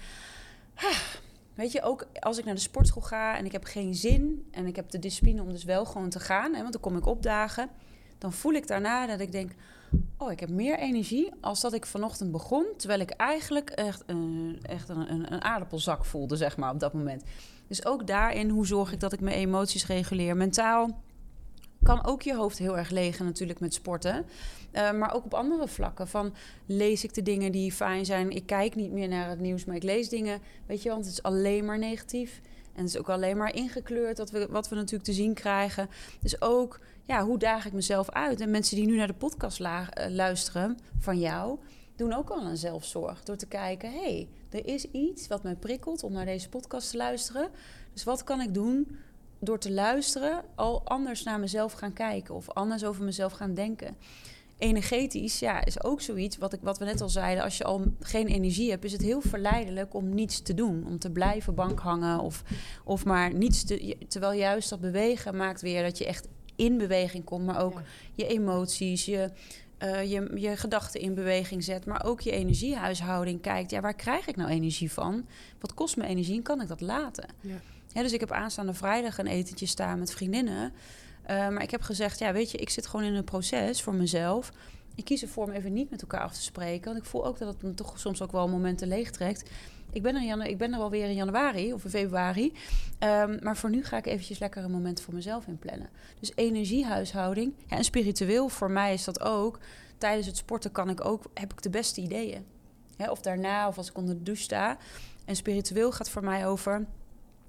Weet je, ook als ik naar de sportschool ga en ik heb geen zin... en ik heb de discipline om dus wel gewoon te gaan... want dan kom ik opdagen... dan voel ik daarna dat ik denk... ik heb meer energie als dat ik vanochtend begon... terwijl ik eigenlijk echt een aardappelzak voelde, zeg maar, op dat moment. Dus ook daarin, hoe zorg ik dat ik mijn emoties reguleer? Mentaal kan ook je hoofd heel erg legen natuurlijk met sporten... maar ook op andere vlakken. Van lees ik de dingen die fijn zijn. Ik kijk niet meer naar het nieuws, maar ik lees dingen. Weet je, want het is alleen maar negatief. En het is ook alleen maar ingekleurd wat we natuurlijk te zien krijgen. Dus ook, hoe daag ik mezelf uit? En mensen die nu naar de podcast luisteren van jou... doen ook al aan zelfzorg. Door te kijken, er is iets wat mij prikkelt om naar deze podcast te luisteren. Dus wat kan ik doen... door te luisteren al anders naar mezelf gaan kijken... of anders over mezelf gaan denken. Energetisch, is ook zoiets wat we net al zeiden... als je al geen energie hebt, is het heel verleidelijk om niets te doen. Om te blijven bankhangen of maar niets terwijl juist dat bewegen maakt weer dat je echt in beweging komt... maar ook je emoties, je gedachten in beweging zet... maar ook je energiehuishouding kijkt. Waar krijg ik nou energie van? Wat kost me energie en kan ik dat laten? Ja, dus ik heb aanstaande vrijdag een etentje staan met vriendinnen. Maar ik heb gezegd, weet je, ik zit gewoon in een proces voor mezelf. Ik kies ervoor om even niet met elkaar af te spreken. Want ik voel ook dat het me toch soms ook wel momenten leegtrekt. Ik ben er alweer in januari of in februari. Maar voor nu ga ik eventjes lekker een moment voor mezelf inplannen. Dus energiehuishouding. Ja, en spiritueel voor mij is dat ook. Tijdens het sporten heb ik de beste ideeën. Of daarna, of als ik onder de douche sta. En spiritueel gaat voor mij over...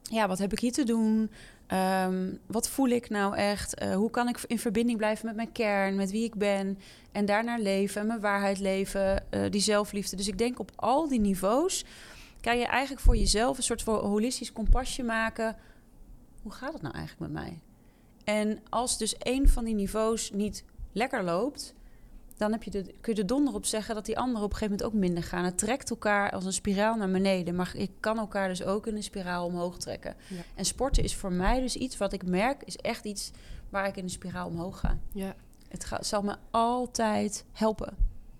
wat heb ik hier te doen? Wat voel ik nou echt? Hoe kan ik in verbinding blijven met mijn kern, met wie ik ben? En daarnaar leven, mijn waarheid leven, die zelfliefde. Dus ik denk op al die niveaus kan je eigenlijk voor jezelf een soort van holistisch kompasje maken. Hoe gaat het nou eigenlijk met mij? En als dus één van die niveaus niet lekker loopt, dan kun je er donder op zeggen dat die anderen op een gegeven moment ook minder gaan. Het trekt elkaar als een spiraal naar beneden. Maar ik kan elkaar dus ook in een spiraal omhoog trekken. Ja. En sporten is voor mij dus iets wat ik merk, is echt iets waar ik in een spiraal omhoog ga. Ja. Het zal me altijd helpen.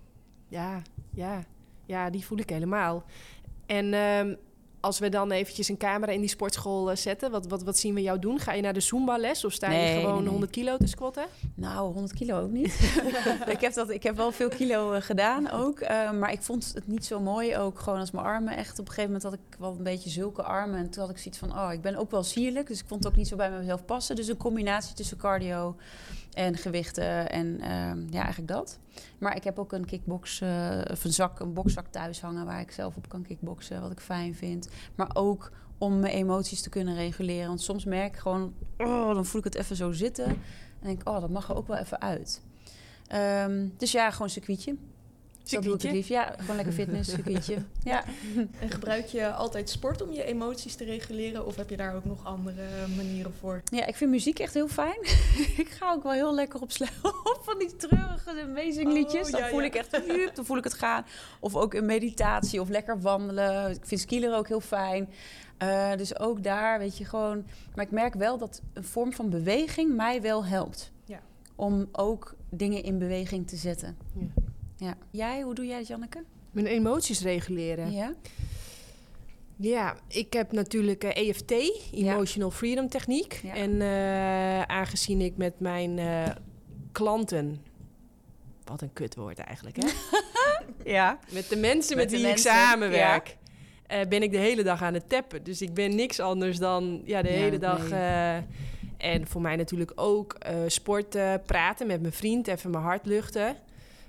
Ja, die voel ik helemaal. En als we dan eventjes een camera in die sportschool zetten, wat zien we jou doen? Ga je naar de Zumba-les of sta je gewoon 100 kilo te squatten? Nou, 100 kilo ook niet. Ik heb wel veel kilo gedaan ook. Maar ik vond het niet zo mooi ook gewoon als mijn armen. Echt op een gegeven moment had ik wel een beetje zulke armen. En toen had ik zoiets van, ik ben ook wel sierlijk. Dus ik vond het ook niet zo bij mezelf passen. Dus een combinatie tussen cardio en gewichten en eigenlijk dat. Maar ik heb ook een een bokszak thuis hangen waar ik zelf op kan kickboksen, wat ik fijn vind. Maar ook om mijn emoties te kunnen reguleren. Want soms merk ik gewoon, dan voel ik het even zo zitten. En denk ik, dat mag er ook wel even uit. Dus ja, gewoon circuitje. Dat doe ik het lief. Ja, gewoon lekker fitness, circuitje. Ja. En gebruik je altijd sport om je emoties te reguleren? Of heb je daar ook nog andere manieren voor? Ja, ik vind muziek echt heel fijn. Ik ga ook wel heel lekker op van die treurige amazing liedjes. Dan voel ik echt, dan voel ik het gaan. Of ook een meditatie of lekker wandelen. Ik vind skileren ook heel fijn. Dus ook daar, weet je, gewoon. Maar ik merk wel dat een vorm van beweging mij wel helpt. Ja. Om ook dingen in beweging te zetten. Ja. Jij, hoe doe jij dat, Janneke? Mijn emoties reguleren. Ja. Ja, ik heb natuurlijk EFT, Emotional Freedom Techniek. Ja. En aangezien ik met mijn klanten... Wat een kutwoord eigenlijk, hè? Ja. Met de mensen met wie ik samenwerk... ben ik de hele dag aan het tappen. Dus ik ben niks anders dan de hele dag... en voor mij natuurlijk ook sporten, praten met mijn vriend, even mijn hart luchten...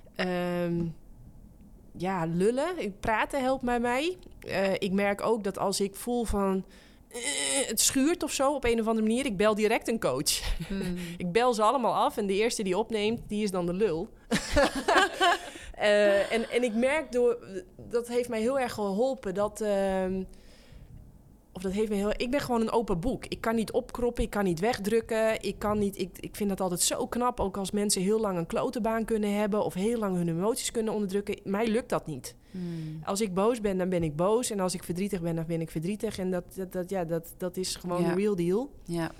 lullen. Praten helpt mij. Ik merk ook dat als ik voel van... het schuurt of zo op een of andere manier... ik bel direct een coach. Ik bel ze allemaal af en de eerste die opneemt... die is dan de lul. En ik merk dat heeft mij heel erg geholpen... ik ben gewoon een open boek. Ik kan niet opkroppen, ik kan niet wegdrukken. Ik vind dat altijd zo knap. Ook als mensen heel lang een klote baan kunnen hebben... of heel lang hun emoties kunnen onderdrukken. Mij lukt dat niet. Als ik boos ben, dan ben ik boos. En als ik verdrietig ben, dan ben ik verdrietig. En dat is gewoon de real deal. Ja.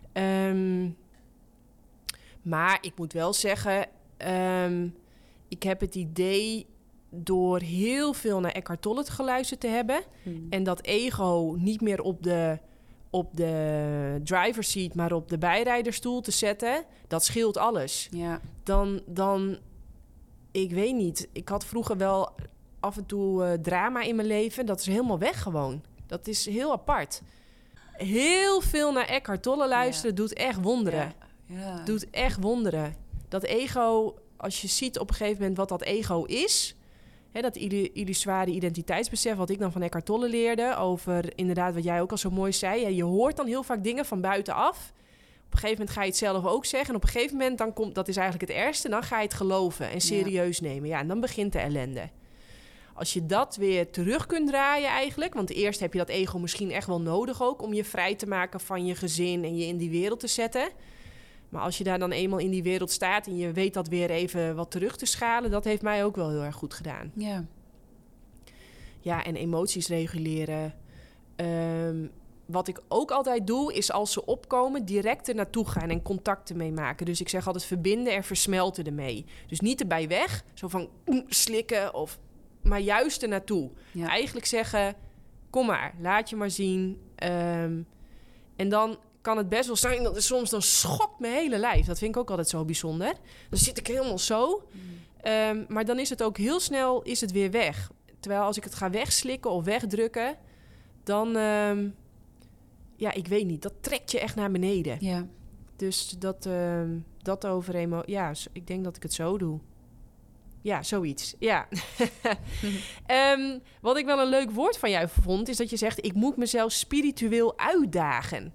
Maar ik moet wel zeggen... ik heb het idee... door heel veel naar Eckhart Tolle geluisterd te hebben... en dat ego niet meer op de driver's seat... maar op de bijrijderstoel te zetten... dat scheelt alles. Ja. Dan, ik weet niet... ik had vroeger wel af en toe drama in mijn leven... dat is helemaal weg gewoon. Dat is heel apart. Heel veel naar Eckhart Tolle luisteren doet echt wonderen. Ja. Doet echt wonderen. Dat ego, als je ziet op een gegeven moment wat dat ego is... dat illusoire identiteitsbesef, wat ik dan van Eckhart Tolle leerde... over inderdaad wat jij ook al zo mooi zei. Je hoort dan heel vaak dingen van buitenaf. Op een gegeven moment ga je het zelf ook zeggen. En op een gegeven moment, dan komt, dat is eigenlijk het ergste... dan ga je het geloven en serieus nemen. Ja, en dan begint de ellende. Als je dat weer terug kunt draaien eigenlijk... want eerst heb je dat ego misschien echt wel nodig ook... om je vrij te maken van je gezin en je in die wereld te zetten... Maar als je daar dan eenmaal in die wereld staat... en je weet dat weer even wat terug te schalen... dat heeft mij ook wel heel erg goed gedaan. Ja. Ja, en emoties reguleren. Wat ik ook altijd doe, is als ze opkomen... direct er naartoe gaan en contacten mee maken. Dus ik zeg altijd verbinden en versmelten ermee. Dus niet erbij weg, zo van slikken... maar juist er naartoe. Ja. Eigenlijk zeggen, kom maar, laat je maar zien. En dan... kan het best wel zijn dat soms dan schokt mijn hele lijf. Dat vind ik ook altijd zo bijzonder. Dan zit ik helemaal zo. Maar dan is het ook heel snel weer weg. Terwijl als ik het ga wegslikken of wegdrukken... dan, ik weet niet. Dat trekt je echt naar beneden. Ja. Dus dat over ik denk dat ik het zo doe. Ja, zoiets. Ja. Wat ik wel een leuk woord van jou vond, is dat je zegt, ik moet mezelf spiritueel uitdagen.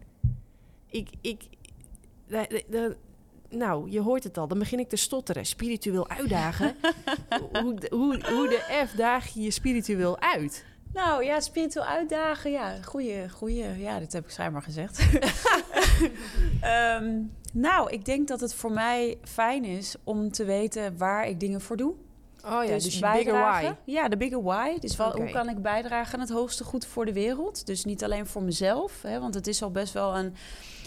Nou, je hoort het al, dan begin ik te stotteren. Spiritueel uitdagen? hoe de F daag je spiritueel uit? Nou ja, spiritueel uitdagen, ja, goeie. Ja, dit heb ik schijnbaar gezegd. Nou, ik denk dat het voor mij fijn is om te weten waar ik dingen voor doe. Oh ja, dus je bigger why. Ja, de bigger why. Dus hoe kan ik bijdragen aan het hoogste goed voor de wereld? Dus niet alleen voor mezelf, hè, want het is al best wel een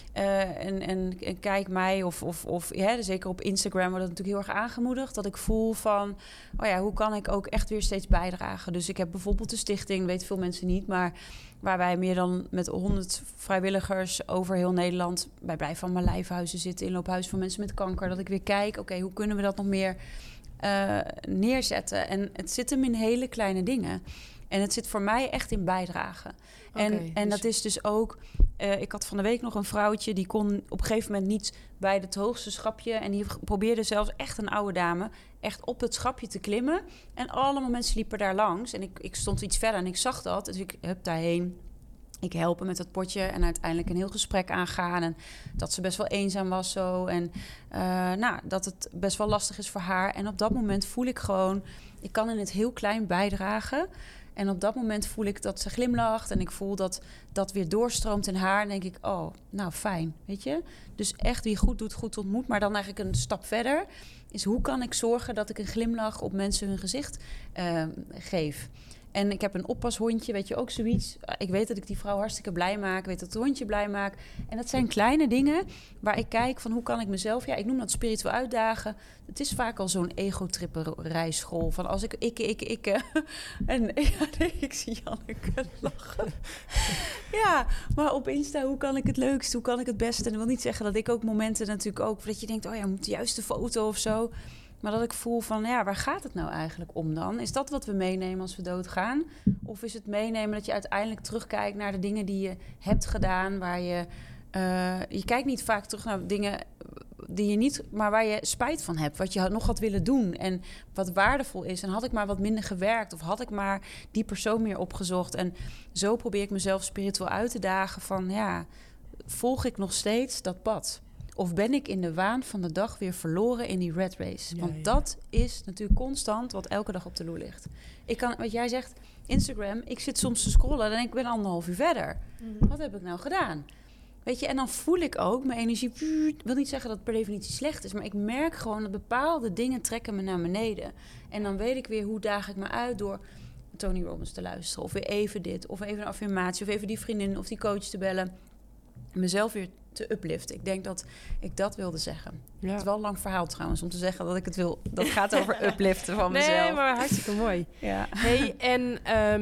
kijk mij of zeker op Instagram wordt dat natuurlijk heel erg aangemoedigd, dat ik voel van, hoe kan ik ook echt weer steeds bijdragen? Dus ik heb bijvoorbeeld de stichting, weten veel mensen niet, maar waar wij meer dan met 100 vrijwilligers over heel Nederland bij Blijf van mijn lijfhuizen zitten, inloophuis voor mensen met kanker, dat ik weer kijk, hoe kunnen we dat nog meer neerzetten? En het zit hem in hele kleine dingen. En het zit voor mij echt in bijdragen. En dus dat is dus ook... ik had van de week nog een vrouwtje, die kon op een gegeven moment niet bij het hoogste schapje. En die probeerde zelfs echt een oude dame echt op het schapje te klimmen. En allemaal mensen liepen daar langs. En ik stond iets verder en ik zag dat. Dus ik hup daarheen. Ik help met dat potje en uiteindelijk een heel gesprek aangaan. En dat ze best wel eenzaam was zo. En dat het best wel lastig is voor haar. En op dat moment voel ik gewoon, ik kan in het heel klein bijdragen. En op dat moment voel ik dat ze glimlacht. En ik voel dat dat weer doorstroomt in haar. En denk ik, fijn, weet je. Dus echt wie goed doet, goed ontmoet. Maar dan eigenlijk een stap verder is, hoe kan ik zorgen dat ik een glimlach op mensen hun gezicht geef? En ik heb een oppashondje, weet je, ook zoiets. Ik weet dat ik die vrouw hartstikke blij maak. Ik weet dat het hondje blij maak. En dat zijn kleine dingen waar ik kijk van, hoe kan ik mezelf... Ja, ik noem dat spiritueel uitdagen. Het is vaak al zo'n ego-tripperijschool. Van als ik... En ik zie Janneke lachen. Ja, maar op Insta, hoe kan ik het leukst? Hoe kan ik het beste? En dat wil niet zeggen dat ik ook momenten natuurlijk ook... dat je denkt, moet de juiste foto of zo... Maar dat ik voel van, waar gaat het nou eigenlijk om dan? Is dat wat we meenemen als we doodgaan? Of is het meenemen dat je uiteindelijk terugkijkt naar de dingen die je hebt gedaan... waar je... je kijkt niet vaak terug naar dingen die je niet... maar waar je spijt van hebt, wat je nog had willen doen... en wat waardevol is. En had ik maar wat minder gewerkt... of had ik maar die persoon meer opgezocht. En zo probeer ik mezelf spiritueel uit te dagen van... volg ik nog steeds dat pad? Of ben ik in de waan van de dag weer verloren in die rat race? Want dat is natuurlijk constant wat elke dag op de loer ligt. Ik kan, wat jij zegt, Instagram, ik zit soms te scrollen en denk ik ben 1,5 uur verder. Wat heb ik nou gedaan? Weet je, en dan voel ik ook mijn energie... Ik wil niet zeggen dat het per definitie slecht is... maar ik merk gewoon dat bepaalde dingen trekken me naar beneden. En dan weet ik weer, hoe daag ik me uit door Tony Robbins te luisteren... of weer even dit, of even een affirmatie... of even die vriendin of die coach te bellen... mezelf weer te upliften. Ik denk dat ik dat wilde zeggen. Ja. Het is wel een lang verhaal trouwens om te zeggen dat ik het wil. Dat gaat over upliften van mezelf. Nee, maar hartstikke mooi. Ja. Hey, en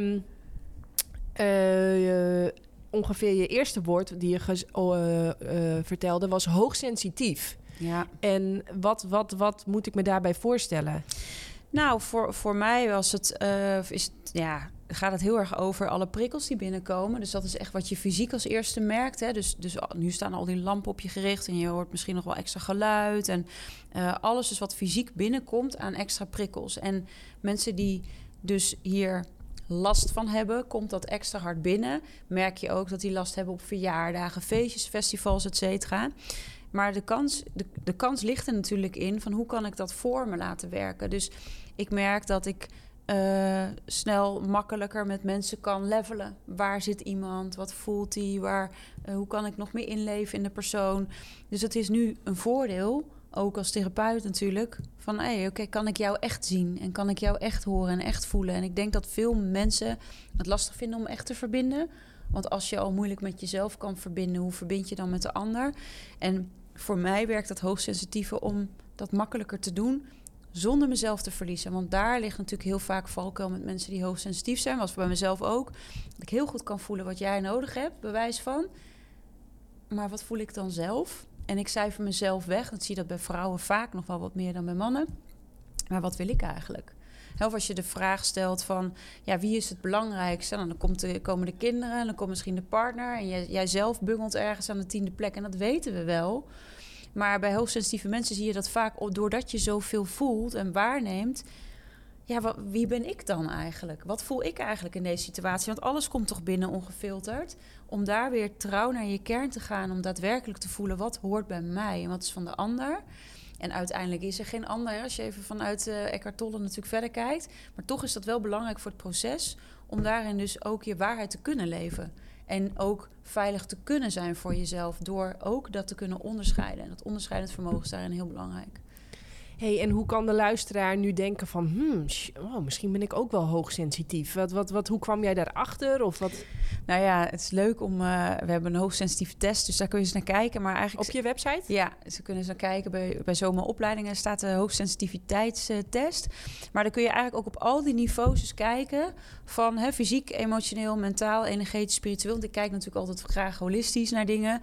ongeveer je eerste woord die je vertelde was hoogsensitief. Ja. En wat moet ik me daarbij voorstellen? Nou, voor mij was het, gaat het heel erg over alle prikkels die binnenkomen. Dus dat is echt wat je fysiek als eerste merkt. Hè? Dus nu staan al die lampen op je gericht en je hoort misschien nog wel extra geluid. En alles dus wat fysiek binnenkomt aan extra prikkels. En mensen die dus hier last van hebben, komt dat extra hard binnen. Merk je ook dat die last hebben op verjaardagen, feestjes, festivals, et cetera. Maar de kans ligt er natuurlijk in van hoe kan ik dat voor me laten werken. Dus ik merk dat ik snel makkelijker met mensen kan levelen. Waar zit iemand? Wat voelt hij? Hoe kan ik nog meer inleven in de persoon? Dus het is nu een voordeel, ook als therapeut natuurlijk, van kan ik jou echt zien? En kan ik jou echt horen en echt voelen? En ik denk dat veel mensen het lastig vinden om echt te verbinden. Want als je al moeilijk met jezelf kan verbinden, hoe verbind je dan met de ander? En voor mij werkt dat hoogsensitieve om dat makkelijker te doen zonder mezelf te verliezen. Want daar ligt natuurlijk heel vaak valkuil met mensen die hoogsensitief zijn. Was bij mezelf ook. Dat ik heel goed kan voelen wat jij nodig hebt, bewijs van. Maar wat voel ik dan zelf? En ik cijfer mezelf weg. Dat zie je dat bij vrouwen vaak nog wel wat meer dan bij mannen. Maar wat wil ik eigenlijk? Of als je de vraag stelt van, wie is het belangrijkste? En dan komen de kinderen en dan komt misschien de partner. En jij zelf bungelt ergens aan de 10e plek. En dat weten we wel. Maar bij hoogsensitieve mensen zie je dat vaak, doordat je zoveel voelt en waarneemt, wie ben ik dan eigenlijk? Wat voel ik eigenlijk in deze situatie? Want alles komt toch binnen ongefilterd. Om daar weer trouw naar je kern te gaan. Om daadwerkelijk te voelen, wat hoort bij mij en wat is van de ander. En uiteindelijk is er geen ander. Hè? Als je even vanuit Eckhart Tolle natuurlijk verder kijkt. Maar toch is dat wel belangrijk voor het proces. Om daarin dus ook je waarheid te kunnen leven. En ook veilig te kunnen zijn voor jezelf. Door ook dat te kunnen onderscheiden. En dat onderscheidend vermogen is daarin heel belangrijk. Hey, en hoe kan de luisteraar nu denken van... misschien ben ik ook wel hoogsensitief. Hoe kwam jij daarachter? Of wat? Nou ja, het is leuk om... we hebben een hoogsensitieve test, dus daar kun je eens naar kijken. Maar eigenlijk, op je website? Ja, ze kunnen eens naar kijken. Bij zomeropleidingen staat de hoogsensitiviteitstest. Maar dan kun je eigenlijk ook op al die niveaus eens kijken... van fysiek, emotioneel, mentaal, energetisch, spiritueel. Want ik kijk natuurlijk altijd graag holistisch naar dingen...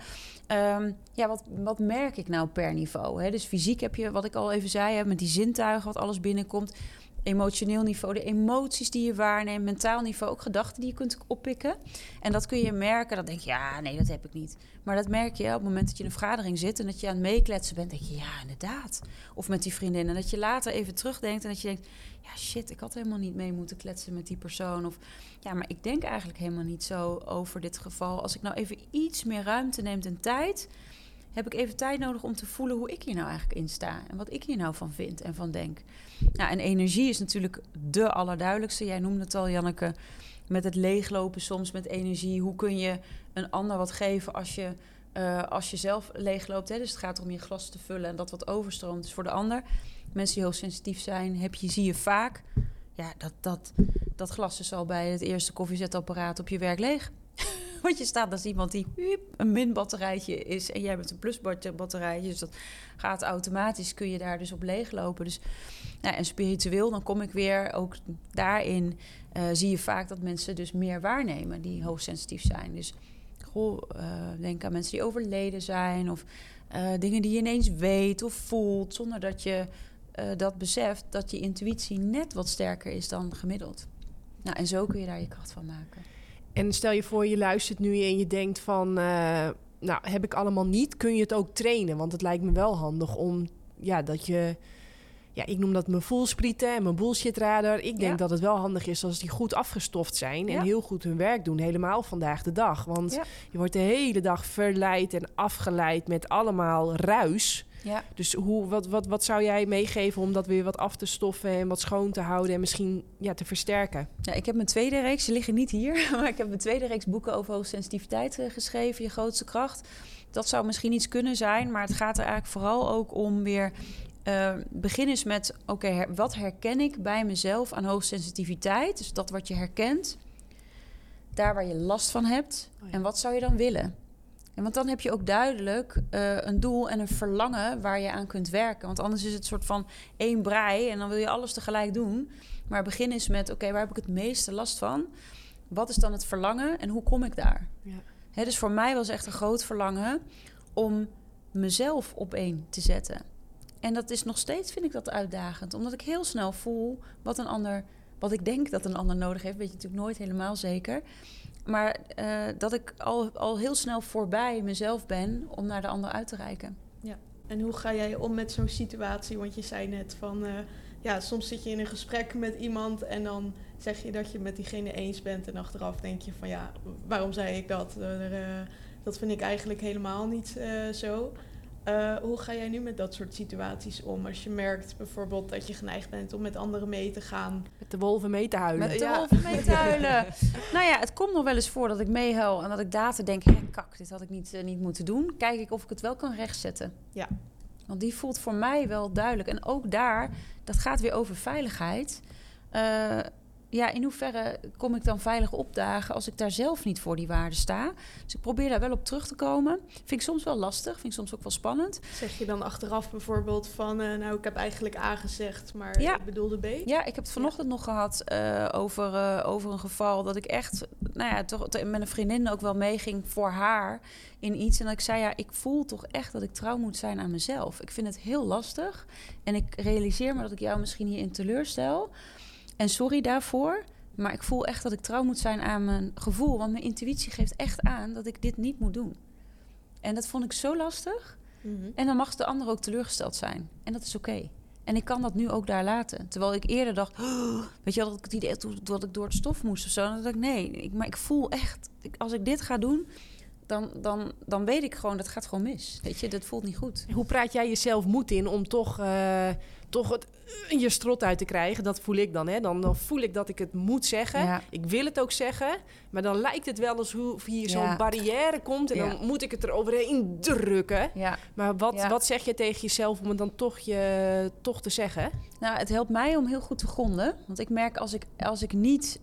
wat merk ik nou per niveau? Hè? Dus fysiek heb je, wat ik al even zei, met die zintuigen, wat alles binnenkomt. Emotioneel niveau, de emoties die je waarneemt. Mentaal niveau, ook gedachten die je kunt oppikken. En dat kun je merken. Dan denk je, nee, dat heb ik niet. Maar dat merk je op het moment dat je in een vergadering zit... en dat je aan het meekletsen bent, denk je, ja, inderdaad. Of met die vriendin. En dat je later even terugdenkt en dat je denkt... ja, shit, ik had helemaal niet mee moeten kletsen met die persoon. Of ja, maar ik denk eigenlijk helemaal niet zo over dit geval. Als ik nou even iets meer ruimte neem en tijd... heb ik even tijd nodig om te voelen hoe ik hier nou eigenlijk in sta. En wat ik hier nou van vind en van denk. Nou, en energie is natuurlijk de allerduidelijkste. Jij noemde het al, Janneke, met het leeglopen soms met energie. Hoe kun je een ander wat geven als je zelf leegloopt? Hè? Dus het gaat om je glas te vullen en dat wat overstroomt is voor de ander. Mensen die hoogsensitief zijn, zie je vaak... ja, dat glas is al bij het eerste koffiezetapparaat op je werk leeg. Want je staat als iemand die een min-batterijtje is... en jij bent een plus-batterijtje. Dus dat gaat automatisch, kun je daar dus op leeglopen. Dus, en spiritueel, dan kom ik weer ook daarin... zie je vaak dat mensen dus meer waarnemen die hoogsensitief zijn. Dus denk aan mensen die overleden zijn... of dingen die je ineens weet of voelt... zonder dat je dat beseft dat je intuïtie net wat sterker is dan gemiddeld. Nou, en zo kun je daar je kracht van maken. En stel je voor, je luistert nu en je denkt van... heb ik allemaal niet, kun je het ook trainen? Want het lijkt me wel handig om... ja, dat je... ja, ik noem dat mijn voelsprieten en mijn bullshitradar. Ik denk dat het wel handig is als die goed afgestoft zijn... en heel goed hun werk doen, helemaal vandaag de dag. Want je wordt de hele dag verleid en afgeleid met allemaal ruis... Ja. Dus wat zou jij meegeven om dat weer wat af te stoffen... en wat schoon te houden en misschien te versterken? Ja, ik heb mijn tweede reeks, ze liggen niet hier... maar ik heb mijn tweede reeks boeken over hoogsensitiviteit geschreven... Je grootste kracht. Dat zou misschien iets kunnen zijn... maar het gaat er eigenlijk vooral ook om weer... begin eens met, wat herken ik bij mezelf aan hoogsensitiviteit? Dus dat wat je herkent, daar waar je last van hebt... en wat zou je dan willen? En want dan heb je ook duidelijk een doel en een verlangen waar je aan kunt werken. Want anders is het een soort van één brei en dan wil je alles tegelijk doen. Maar begin eens met, waar heb ik het meeste last van? Wat is dan het verlangen en hoe kom ik daar? Ja. Dus voor mij was echt een groot verlangen om mezelf op één te zetten. En dat is nog steeds, vind ik dat uitdagend. Omdat ik heel snel voel wat ik denk dat een ander nodig heeft. Weet je natuurlijk nooit helemaal zeker. Maar dat ik al heel snel voorbij mezelf ben om naar de ander uit te reiken. Ja, en hoe ga jij om met zo'n situatie? Want je zei net van, soms zit je in een gesprek met iemand... en dan zeg je dat je met diegene eens bent... en achteraf denk je van, waarom zei ik dat? Dat vind ik eigenlijk helemaal niet zo. Hoe ga jij nu met dat soort situaties om? Als je merkt bijvoorbeeld dat je geneigd bent om met anderen mee te gaan. Met de wolven mee te huilen. Met de wolven mee te huilen. Nou ja, het komt nog wel eens voor dat ik meehuil en dat ik later denk... kak, dit had ik niet moeten doen. Kijk ik of ik het wel kan rechtzetten. Ja. Want die voelt voor mij wel duidelijk. En ook daar, dat gaat weer over veiligheid... in hoeverre kom ik dan veilig opdagen als ik daar zelf niet voor die waarde sta? Dus ik probeer daar wel op terug te komen. Vind ik soms wel lastig, vind ik soms ook wel spannend. Zeg je dan achteraf bijvoorbeeld van... ik heb eigenlijk A gezegd, maar ik bedoelde B? Ja, ik heb het vanochtend nog gehad over een geval... dat ik echt toch met een vriendin ook wel meeging voor haar in iets. En dat ik zei, ik voel toch echt dat ik trouw moet zijn aan mezelf. Ik vind het heel lastig. En ik realiseer me dat ik jou misschien hierin teleurstel... En sorry daarvoor, maar ik voel echt dat ik trouw moet zijn aan mijn gevoel. Want mijn intuïtie geeft echt aan dat ik dit niet moet doen. En dat vond ik zo lastig. Mm-hmm. En dan mag de ander ook teleurgesteld zijn. En dat is oké. En ik kan dat nu ook daar laten. Terwijl ik eerder dacht, weet je wel, dat ik het idee dat ik door het stof moest of zo. Dan dacht ik, nee, maar ik voel echt, als ik dit ga doen, dan weet ik gewoon, dat gaat gewoon mis. Weet je, dat voelt niet goed. Hoe praat jij jezelf moed in om toch je strot uit te krijgen? Dat voel ik dan, hè? Dan voel ik dat ik het moet zeggen. Ja. Ik wil het ook zeggen. Maar dan lijkt het wel alsof hier zo'n barrière komt. En dan moet ik het er overheen drukken. Ja. Maar wat zeg je tegen jezelf om het dan toch te zeggen? Nou, het helpt mij om heel goed te gronden. Want ik merk als ik niet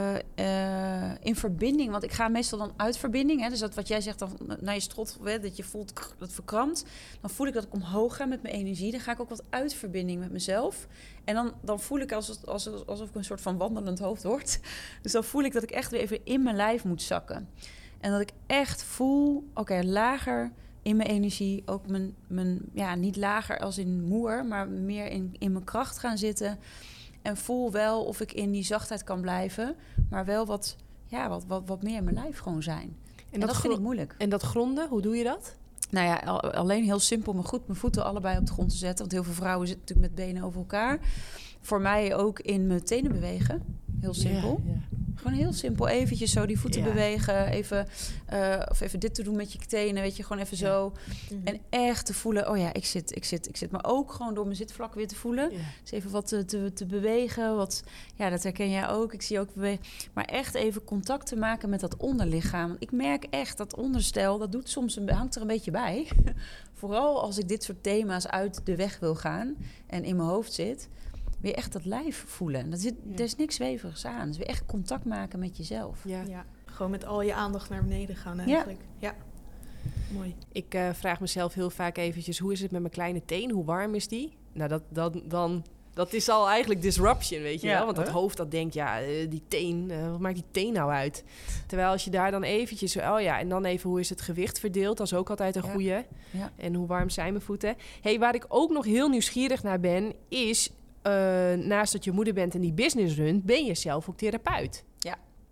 in verbinding... Want ik ga meestal dan uit verbinding. Hè, dus dat wat jij zegt, dan naar je strot, dat je voelt dat verkrampt. Dan voel ik dat ik omhoog ga met mijn energie. Dan ga ik ook wat uit verbinding met mezelf. En dan voel ik alsof ik een soort van wandelend hoofd word. Dus dan voel ik dat ik echt weer even in mijn lijf moet zakken. En dat ik echt voel, oké, lager in mijn energie. Ook niet lager als in moer, maar meer in mijn kracht gaan zitten. En voel wel of ik in die zachtheid kan blijven. Maar wel wat meer in mijn lijf gewoon zijn. En dat vind ik moeilijk. En dat gronden, hoe doe je dat? Nou ja, alleen heel simpel mijn voeten allebei op de grond te zetten. Want heel veel vrouwen zitten natuurlijk met benen over elkaar. Voor mij ook in mijn tenen bewegen. Heel simpel. Ja. Gewoon heel simpel. Eventjes zo die voeten bewegen. Of even dit te doen met je tenen. Weet je, gewoon even zo. Mm-hmm. En echt te voelen, oh ja, ik zit. Maar ook gewoon door mijn zitvlak weer te voelen. Ja. Dus even wat te bewegen. Dat herken jij ook. Ik zie je ook bewegen. Maar echt even contact te maken met dat onderlichaam. Ik merk echt dat onderstel, dat doet soms hangt er een beetje bij. Vooral als ik dit soort thema's uit de weg wil gaan. En in mijn hoofd zit. Weer echt dat lijf voelen. Er is niks zweverigs aan. Dus weer echt contact maken met jezelf. Ja, gewoon met al je aandacht naar beneden gaan eigenlijk. Ja. Mooi. Ik vraag mezelf heel vaak eventjes, hoe is het met mijn kleine teen? Hoe warm is die? Nou, dat is al eigenlijk disruption, weet je wel? Want dat hoofd dat denkt, die teen, wat maakt die teen nou uit? Terwijl als je daar dan eventjes, en dan even hoe is het gewicht verdeeld? Dat is ook altijd een goeie. Ja. En hoe warm zijn mijn voeten? Waar ik ook nog heel nieuwsgierig naar ben, is naast dat je moeder bent en die business runt, ben je zelf ook therapeut. Ja.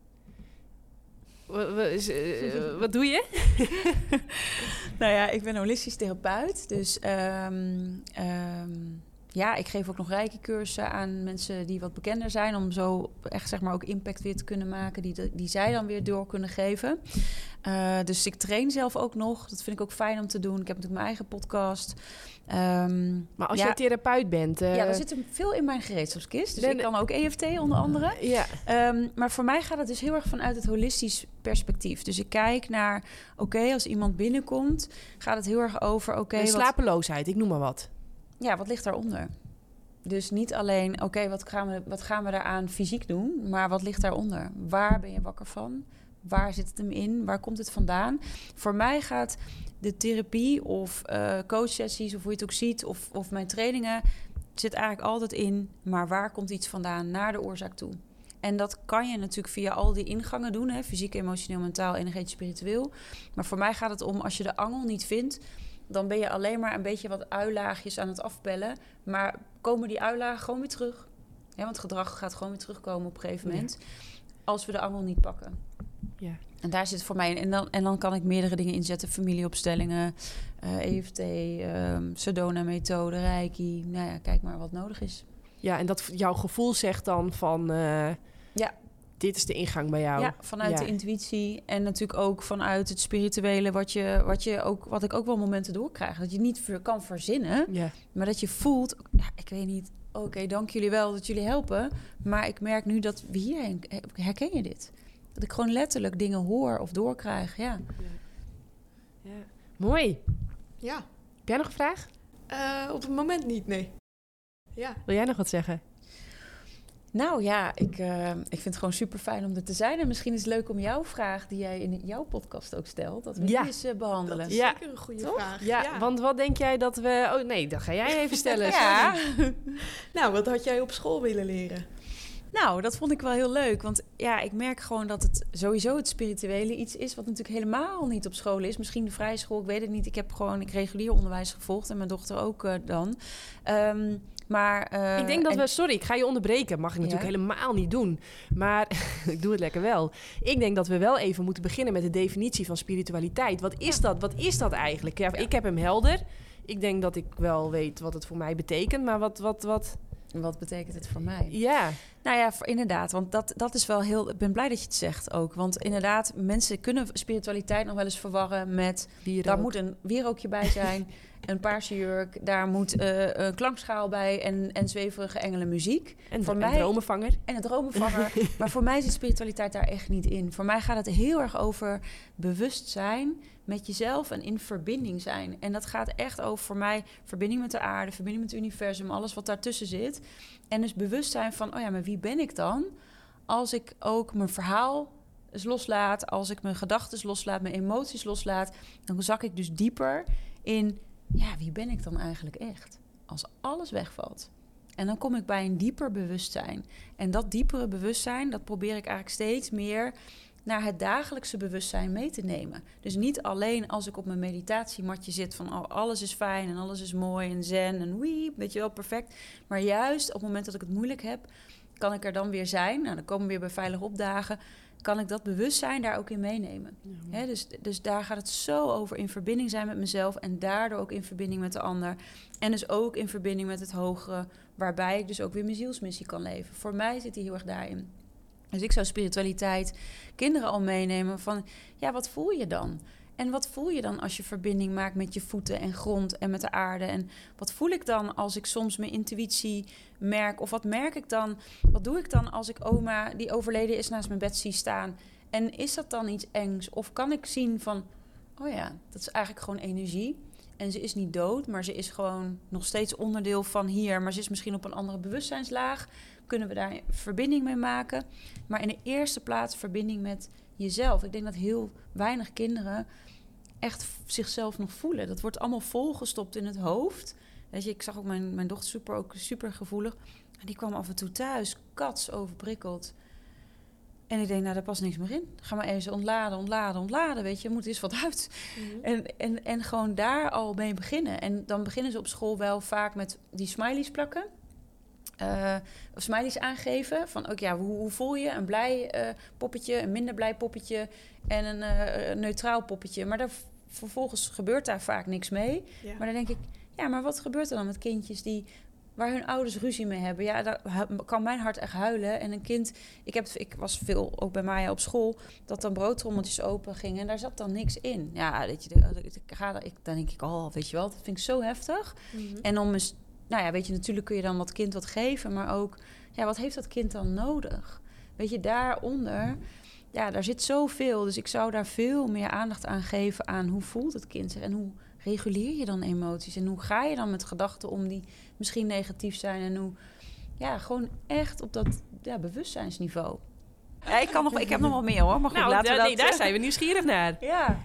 Wat doe je? Nou ja, ik ben holistisch therapeut. Dus ik geef ook nog reiki-cursussen aan mensen die wat bekender zijn, om zo echt zeg maar ook impact weer te kunnen maken die zij dan weer door kunnen geven. Dus ik train zelf ook nog. Dat vind ik ook fijn om te doen. Ik heb natuurlijk mijn eigen podcast. Maar als jij therapeut bent... er zit veel in mijn gereedschapskist. Dus ik kan ook EFT onder andere. Ja. Maar voor mij gaat het dus heel erg vanuit het holistisch perspectief. Dus ik kijk naar, als iemand binnenkomt, gaat het heel erg over... slapeloosheid, ik noem maar wat. Ja, wat ligt daaronder? Dus niet alleen, wat gaan we daaraan fysiek doen, maar wat ligt daaronder? Waar ben je wakker van? Waar zit het hem in? Waar komt het vandaan? Voor mij gaat de therapie of coachsessies, of hoe je het ook ziet, of mijn trainingen, zit eigenlijk altijd in, maar waar komt iets vandaan naar de oorzaak toe? En dat kan je natuurlijk via al die ingangen doen, hè? Fysiek, emotioneel, mentaal, energetisch, spiritueel. Maar voor mij gaat het om, als je de angel niet vindt, dan ben je alleen maar een beetje wat uilaagjes aan het afbellen. Maar komen die uilagen gewoon weer terug? Ja, want gedrag gaat gewoon weer terugkomen op een gegeven moment. Als we de angel niet pakken. Ja. En daar zit voor mij in. En dan kan ik meerdere dingen inzetten. Familieopstellingen, EFT, Sedona-methode, Reiki. Nou ja, kijk maar wat nodig is. Ja, en dat jouw gevoel zegt dan van... dit is de ingang bij jou. Ja, vanuit de intuïtie en natuurlijk ook vanuit het spirituele, wat ik ook wel momenten doorkrijg. Dat je niet kan verzinnen, maar dat je voelt, ik weet niet, dank jullie wel dat jullie helpen, maar ik merk nu dat we hierheen, herken je dit? Dat ik gewoon letterlijk dingen hoor of doorkrijg, ja. Mooi. Ja. Heb jij nog een vraag? Op het moment niet, nee. Ja. Wil jij nog wat zeggen? Nou ja, ik vind het gewoon super fijn om er te zijn. En misschien is het leuk om jouw vraag, die jij in jouw podcast ook stelt, dat we die eens behandelen. Dat is zeker een goede vraag. Ja, want wat denk jij dat we... Oh nee, dat ga jij even stellen. Nou, wat had jij op school willen leren? Nou, dat vond ik wel heel leuk. Want ik merk gewoon dat het sowieso het spirituele iets is, wat natuurlijk helemaal niet op school is. Misschien de vrije school, ik weet het niet. Ik heb regulier onderwijs gevolgd en mijn dochter ook dan. Maar, ik denk dat sorry, ik ga je onderbreken. Mag ik natuurlijk helemaal niet doen. Maar ik doe het lekker wel. Ik denk dat we wel even moeten beginnen met de definitie van spiritualiteit. Wat is dat? Wat is dat eigenlijk? Ja, ik heb hem helder. Ik denk dat ik wel weet wat het voor mij betekent, maar wat... Wat betekent het voor mij? Ja. Nou ja, inderdaad, want dat is wel heel... Ik ben blij dat je het zegt ook. Want inderdaad, mensen kunnen spiritualiteit nog wel eens verwarren met... Wierook. Daar moet een wierookje bij zijn, een paarse jurk... daar moet een klankschaal bij en zweverige engelenmuziek. En voor een mij, dromenvanger. En een dromenvanger. Maar voor mij zit spiritualiteit daar echt niet in. Voor mij gaat het heel erg over bewustzijn met jezelf en in verbinding zijn. En dat gaat echt over voor mij verbinding met de aarde, verbinding met het universum, alles wat daartussen zit. En dus bewustzijn van, oh ja, maar wie ben ik dan? Als ik ook mijn verhaal loslaat, als ik mijn gedachten loslaat, mijn emoties loslaat, dan zak ik dus dieper in, ja, wie ben ik dan eigenlijk echt? Als alles wegvalt. En dan kom ik bij een dieper bewustzijn. En dat diepere bewustzijn, dat probeer ik eigenlijk steeds meer naar het dagelijkse bewustzijn mee te nemen. Dus niet alleen als ik op mijn meditatiematje zit van oh, alles is fijn en alles is mooi en zen en weet je wel, perfect. Maar juist op het moment dat ik het moeilijk heb, kan ik er dan weer zijn. Nou, dan komen we weer bij veilig opdagen. Kan ik dat bewustzijn daar ook in meenemen. Ja. Hè, dus daar gaat het zo over in verbinding zijn met mezelf en daardoor ook in verbinding met de ander. En dus ook in verbinding met het hogere, waarbij ik dus ook weer mijn zielsmissie kan leven. Voor mij zit die heel erg daarin. Dus ik zou spiritualiteit kinderen al meenemen van, ja, wat voel je dan? En wat voel je dan als je verbinding maakt met je voeten en grond en met de aarde? En wat voel ik dan als ik soms mijn intuïtie merk? Of wat merk ik dan? Wat doe ik dan als ik oma die overleden is naast mijn bed zie staan? En is dat dan iets engs? Of kan ik zien van, oh ja, dat is eigenlijk gewoon energie. En ze is niet dood, maar ze is gewoon nog steeds onderdeel van hier. Maar ze is misschien op een andere bewustzijnslaag. Kunnen we daar verbinding mee maken? Maar in de eerste plaats verbinding met jezelf. Ik denk dat heel weinig kinderen echt zichzelf nog voelen. Dat wordt allemaal volgestopt in het hoofd. Weet je, ik zag ook mijn dochter super gevoelig. En die kwam af en toe thuis, kats overprikkeld. En ik denk, nou, daar past niks meer in. Ga maar even ontladen. Weet je, er moet eens wat uit. Mm-hmm. En gewoon daar al mee beginnen. En dan beginnen ze op school wel vaak met die smileys plakken. Of smileys aangeven. Van, ook ja, hoe voel je? Een blij poppetje, een minder blij poppetje en een neutraal poppetje. Maar vervolgens gebeurt daar vaak niks mee. Ja. Maar dan denk ik, ja, maar wat gebeurt er dan met kindjes waar hun ouders ruzie mee hebben? Ja, daar kan mijn hart echt huilen. En een kind, ik was veel ook bij Maya op school, dat dan broodtrommeltjes open gingen en daar zat dan niks in. Ja, weet je, dan denk ik, oh, weet je wel, dat vind ik zo heftig. Mm-hmm. En om eens, nou ja, weet je, natuurlijk kun je dan dat kind wat geven, maar ook, ja, wat heeft dat kind dan nodig? Weet je, daaronder, ja, daar zit zoveel. Dus ik zou daar veel meer aandacht aan geven aan hoe voelt het kind zich en hoe reguleer je dan emoties en hoe ga je dan met gedachten om die misschien negatief zijn en hoe, ja, gewoon echt op dat bewustzijnsniveau. Ja, ik heb nog wel meer hoor, maar goed, laten we daar zijn we nieuwsgierig naar. Ja.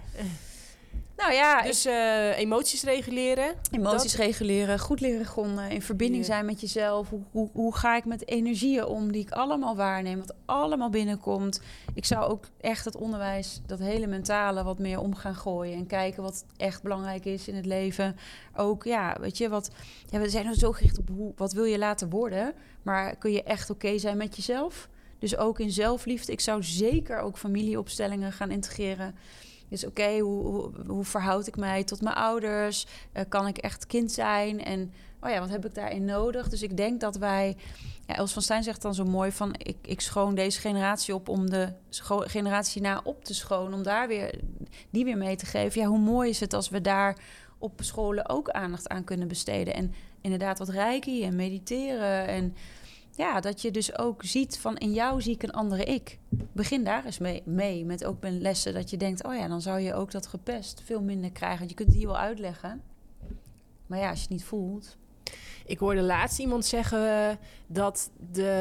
Nou ja, dus emoties reguleren. Reguleren, goed leren gronden, in verbinding zijn met jezelf. Hoe ga ik met energieën om die ik allemaal waarneem, wat allemaal binnenkomt. Ik zou ook echt het onderwijs, dat hele mentale, wat meer om gaan gooien en kijken wat echt belangrijk is in het leven. Ook, ja, weet je, we zijn nou zo gericht op wat wil je laten worden, maar kun je echt oké zijn met jezelf? Dus ook in zelfliefde. Ik zou zeker ook familieopstellingen gaan integreren. Dus oké, hoe verhoud ik mij tot mijn ouders? Kan ik echt kind zijn? En oh ja, wat heb ik daarin nodig? Dus ik denk dat wij... Ja, Els van Stijn zegt dan zo mooi van... Ik schoon deze generatie op om de generatie na op te schonen. Om daar die weer mee te geven. Ja, hoe mooi is het als we daar op scholen ook aandacht aan kunnen besteden. En inderdaad wat reiki en mediteren en... Ja, dat je dus ook ziet van in jou zie ik een andere ik. Begin daar eens mee met ook mijn lessen. Dat je denkt, oh ja, dan zou je ook dat gepest veel minder krijgen. Want je kunt het hier wel uitleggen. Maar ja, als je het niet voelt. Ik hoorde laatst iemand zeggen dat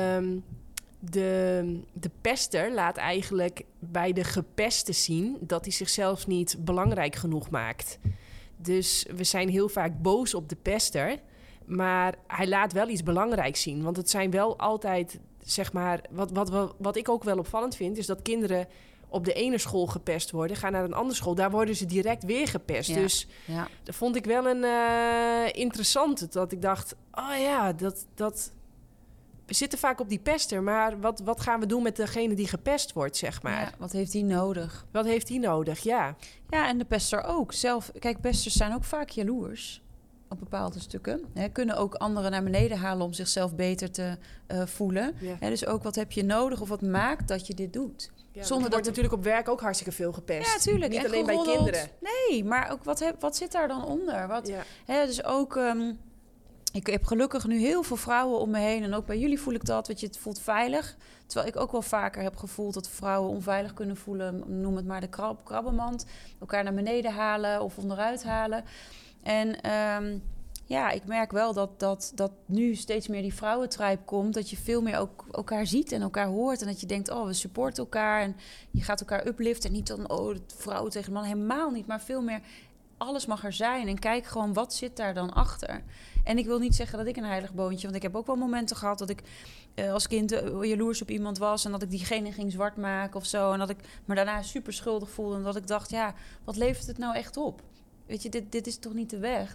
de pester laat eigenlijk bij de gepeste zien... dat hij zichzelf niet belangrijk genoeg maakt. Dus we zijn heel vaak boos op de pester... Maar hij laat wel iets belangrijks zien. Want het zijn wel altijd, zeg maar... Wat ik ook wel opvallend vind... is dat kinderen op de ene school gepest worden... gaan naar een andere school. Daar worden ze direct weer gepest. Ja, dus dat vond ik wel een interessante. Dat ik dacht, oh ja, dat... We zitten vaak op die pester. Maar wat gaan we doen met degene die gepest wordt, zeg maar? Ja, wat heeft die nodig? Wat heeft die nodig, ja. Ja, en de pester ook. Kijk, pesters zijn ook vaak jaloers. op bepaalde stukken. Kunnen ook anderen naar beneden halen om zichzelf beter te voelen. Ja. Dus ook wat heb je nodig of wat maakt dat je dit doet. Ja, Zonder er wordt natuurlijk op werk ook hartstikke veel gepest. Ja, tuurlijk. Niet en alleen bij geroddeld. kinderen. Nee, maar ook wat zit daar dan onder? Dus ook... ik heb gelukkig nu heel veel vrouwen om me heen. En ook bij jullie voel ik dat. Weet je, het voelt veilig. Terwijl ik ook wel vaker heb gevoeld dat vrouwen onveilig kunnen voelen. Noem het maar de krabbenmand. Elkaar naar beneden halen of onderuit halen. En ik merk wel dat nu steeds meer die vrouwentribe komt. Dat je veel meer ook elkaar ziet en elkaar hoort. En dat je denkt, we supporten elkaar. En je gaat elkaar upliften. En niet dan, de vrouwen tegen de man. Helemaal niet, maar veel meer... Alles mag er zijn en kijk gewoon wat zit daar dan achter. En ik wil niet zeggen dat ik een heilig boontje... want ik heb ook wel momenten gehad dat ik als kind jaloers op iemand was... en dat ik diegene ging zwart maken of zo... en dat ik me daarna super schuldig voelde... en dat ik dacht, wat levert het nou echt op? Weet je, dit is toch niet de weg?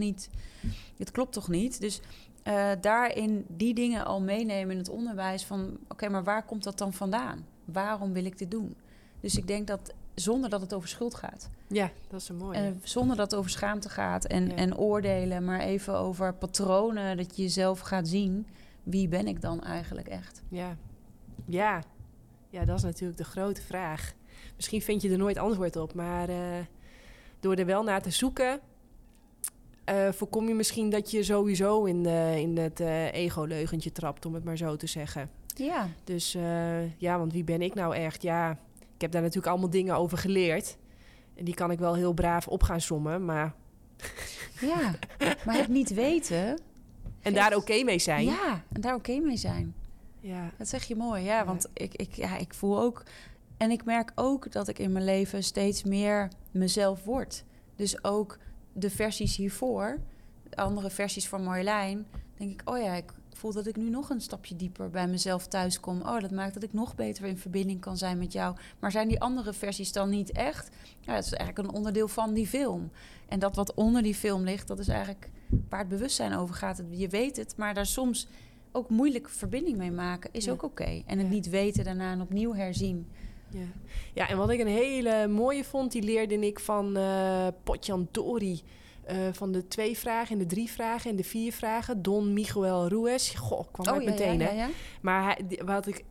Dit klopt toch niet? Dus daarin die dingen al meenemen in het onderwijs... van oké, maar waar komt dat dan vandaan? Waarom wil ik dit doen? Dus ik denk dat... zonder dat het over schuld gaat. Ja, dat is een mooie. Zonder dat het over schaamte gaat en oordelen, maar even over patronen, dat je jezelf gaat zien. Wie ben ik dan eigenlijk echt? Ja, dat is natuurlijk de grote vraag. Misschien vind je er nooit antwoord op, maar door er wel naar te zoeken... voorkom je misschien dat je sowieso in het ego-leugentje trapt, om het maar zo te zeggen. Ja. Dus want wie ben ik nou echt? Ja... Ik heb daar natuurlijk allemaal dingen over geleerd. En die kan ik wel heel braaf op gaan sommen, maar... Ja, maar het niet weten... En daar oké mee zijn. Ja, en daar oké mee zijn. Ja. Dat zeg je mooi, ja. Want ik voel ook... En ik merk ook dat ik in mijn leven steeds meer mezelf word. Dus ook de versies hiervoor, de andere versies van Marjolein... denk ik, ik voel dat ik nu nog een stapje dieper bij mezelf thuis kom. Dat maakt dat ik nog beter in verbinding kan zijn met jou. Maar zijn die andere versies dan niet echt? Ja, dat is eigenlijk een onderdeel van die film. En dat wat onder die film ligt, dat is eigenlijk waar het bewustzijn over gaat. Je weet het, maar daar soms ook moeilijk verbinding mee maken is ook oké. En het niet weten daarna en opnieuw herzien. Ja, en wat ik een hele mooie vond, die leerde ik van Potjan Tori... van de 2 vragen en de 3 vragen en de 4 vragen. Don Miguel Ruiz. Kwam uit meteen, hè? Ja. Maar wat ik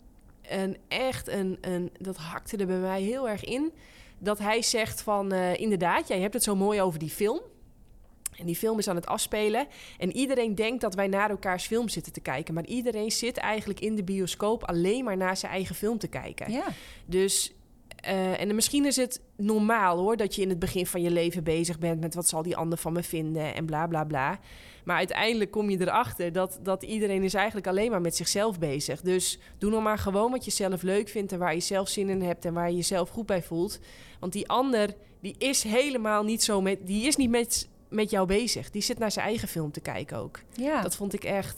dat hakte er bij mij heel erg in. Dat hij zegt van, inderdaad, jij hebt het zo mooi over die film. En die film is aan het afspelen. En iedereen denkt dat wij naar elkaars film zitten te kijken. Maar iedereen zit eigenlijk in de bioscoop alleen maar naar zijn eigen film te kijken. Ja. Dus... en misschien is het normaal hoor, dat je in het begin van je leven bezig bent met wat zal die ander van me vinden en bla bla bla. Maar uiteindelijk kom je erachter dat iedereen is eigenlijk alleen maar met zichzelf bezig. Dus doe nog maar gewoon wat je zelf leuk vindt en waar je zelf zin in hebt en waar je jezelf goed bij voelt. Want die ander, die is helemaal niet zo die is niet met jou bezig. Die zit naar zijn eigen film te kijken ook. Ja. Dat vond ik echt,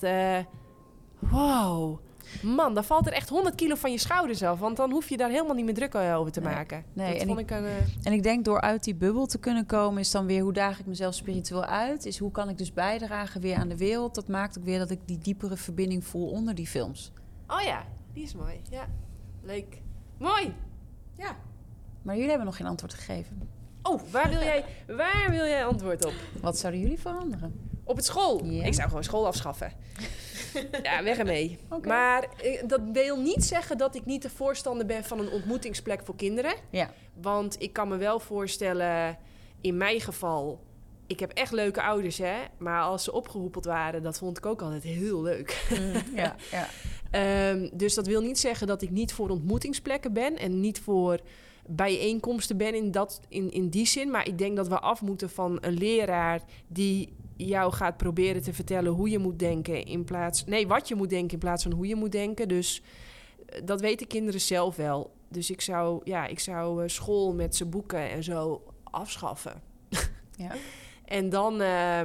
wow. Man, dan valt er echt 100 kilo van je schouders af. Want dan hoef je daar helemaal niet meer druk over te maken. Nee, dat vond ik en ik denk door uit die bubbel te kunnen komen... is dan weer hoe daag ik mezelf spiritueel uit. Is hoe kan ik dus bijdragen weer aan de wereld. Dat maakt ook weer dat ik die diepere verbinding voel onder die films. Oh ja, die is mooi. Ja, leuk. Mooi. Ja. Maar jullie hebben nog geen antwoord gegeven. Oh, waar wil jij antwoord op? Wat zouden jullie veranderen? Op het school? Ja. Ik zou gewoon school afschaffen. Ja, weg ermee. Okay. Maar dat wil niet zeggen dat ik niet de voorstander ben van een ontmoetingsplek voor kinderen. Ja. Want ik kan me wel voorstellen, in mijn geval... Ik heb echt leuke ouders, hè. Maar als ze opgeroepeld waren, dat vond ik ook altijd heel leuk. Ja, ja. Dus dat wil niet zeggen dat ik niet voor ontmoetingsplekken ben... en niet voor bijeenkomsten ben in die zin. Maar ik denk dat we af moeten van een leraar die jou gaat proberen te vertellen hoe je moet denken wat je moet denken in plaats van hoe je moet denken. Dus dat weten kinderen zelf wel. Dus ik zou school met zijn boeken en zo afschaffen. Ja. En dan